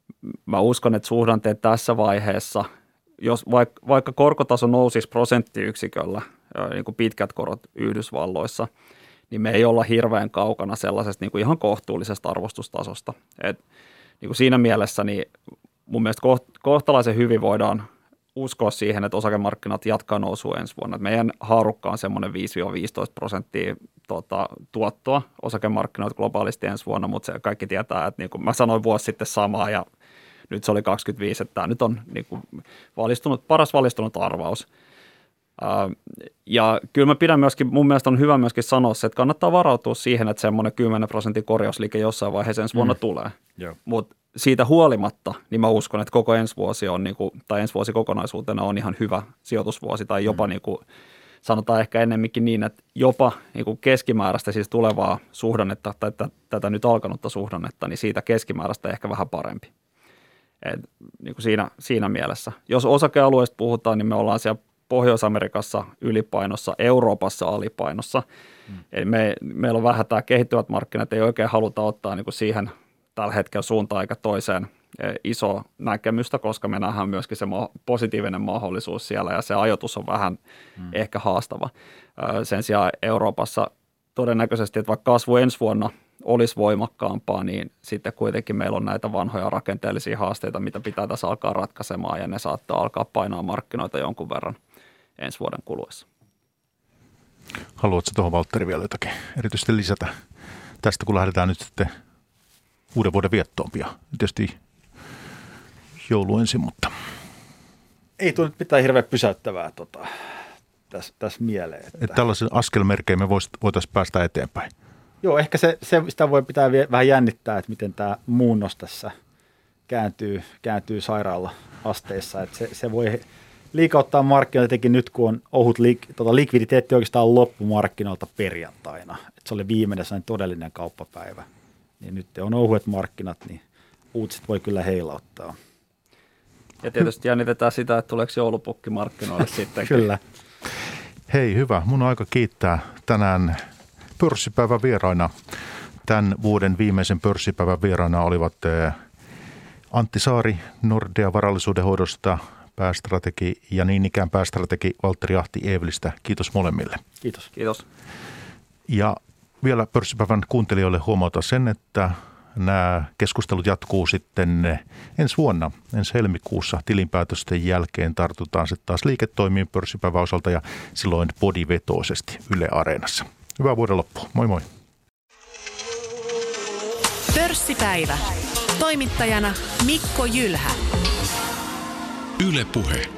Mä uskon, että suhdanteet tässä vaiheessa, jos vaikka, vaikka korkotaso nousisi prosenttiyksiköllä, niin kuin pitkät korot Yhdysvalloissa, niin me ei olla hirveän kaukana sellaisesta niin kuin ihan kohtuullisesta arvostustasosta. Et, niin kuin siinä mielessä niin mun mielestä kohtalaisen hyvin voidaan uskoa siihen, että osakemarkkinat jatkaa nousua ensi vuonna. Et meidän haarukka on semmoinen viisi viisitoista prosenttia tota, tuottoa osakemarkkinoita globaalisti ensi vuonna, mutta se kaikki tietää, että niin kuin mä sanoin vuosi sitten samaa ja nyt se oli kaksikymmentäviisi, että tämä nyt on niin kuin valistunut, paras valistunut arvaus. Ää, ja kyllä mä pidän myöskin, mun mielestä on hyvä myöskin sanoa se, että kannattaa varautua siihen, että semmoinen kymmenen prosentin korjausliike jossain vaiheessa ensi vuonna mm. tulee. Mutta siitä huolimatta, niin mä uskon, että koko ensi vuosi on, niin kuin, tai ensi vuosi kokonaisuutena on ihan hyvä sijoitusvuosi, tai jopa mm. niin kuin, sanotaan ehkä ennemminkin niin, että jopa niin kuin keskimääräistä siis tulevaa suhdannetta, tai tätä, tätä nyt alkanutta suhdannetta, niin siitä keskimääräistä ehkä vähän parempi. Et, niin kuin siinä, siinä mielessä. Jos osakealueista puhutaan, niin me ollaan siellä Pohjois-Amerikassa ylipainossa, Euroopassa alipainossa. Mm. Eli me, meillä on vähän tämä kehittyvät markkinat, ei oikein haluta ottaa niin kuin siihen tällä hetkellä suuntaan aika toiseen iso näkemystä, koska me nähdään myöskin se positiivinen mahdollisuus siellä ja se ajoitus on vähän mm. ehkä haastava. Sen sijaan Euroopassa todennäköisesti, että vaikka kasvu ensi vuonna olisi voimakkaampaa, niin sitten kuitenkin meillä on näitä vanhoja rakenteellisia haasteita, mitä pitää tässä alkaa ratkaisemaan ja ne saattaa alkaa painaa markkinoita jonkun verran ensi vuoden kuluessa. Haluatko tuohon Valtteri vielä jotakin erityisesti lisätä tästä, kun lähdetään nyt sitten uuden vuoden viettoon pian? Tietysti joulu ensin, mutta ei tuo nyt mitään hirveän pysäyttävää tota, tässä, tässä mieleen. Että Et tällaisen askelmerkein me voitaisiin päästä eteenpäin. Joo, ehkä se, se, sitä voi pitää vähän jännittää, että miten tämä muunnos tässä kääntyy, kääntyy sairaala-asteissa. Että se, se voi liikauttaa markkinoita jotenkin nyt, kun on ohut lik, tota, likviditeetti oikeastaan loppumarkkinoilta perjantaina. Että se oli viimeinen todellinen kauppapäivä. Niin nyt on ohuet markkinat, niin uutiset voi kyllä heilauttaa. Ja tietysti jännitetään sitä, että tuleeko joulupukki markkinoille sitten. Kyllä. Hei, hyvä. Mun on aika kiittää tänään pörssipäivän vieraina. Tämän vuoden viimeisen pörssipäivän vieraina olivat Antti Saari Nordea varallisuuden hoidosta, päästrategi ja niin ikään päästrategi Valtteri Ahti Eevelistä. Kiitos molemmille. Kiitos. Kiitos. Ja vielä pörssipäivän kuuntelijoille huomauta sen, että nämä keskustelut jatkuu sitten ensi vuonna, ensi helmikuussa tilinpäätösten jälkeen tartutaan sitten taas liiketoimiin pörssipäivän osalta ja silloin podivetoisesti Yle Areenassa. Hyvää vuoden loppua. Moi moi. Pörssipäivä. Toimittajana Mikko Jylhä. Yle Puhe.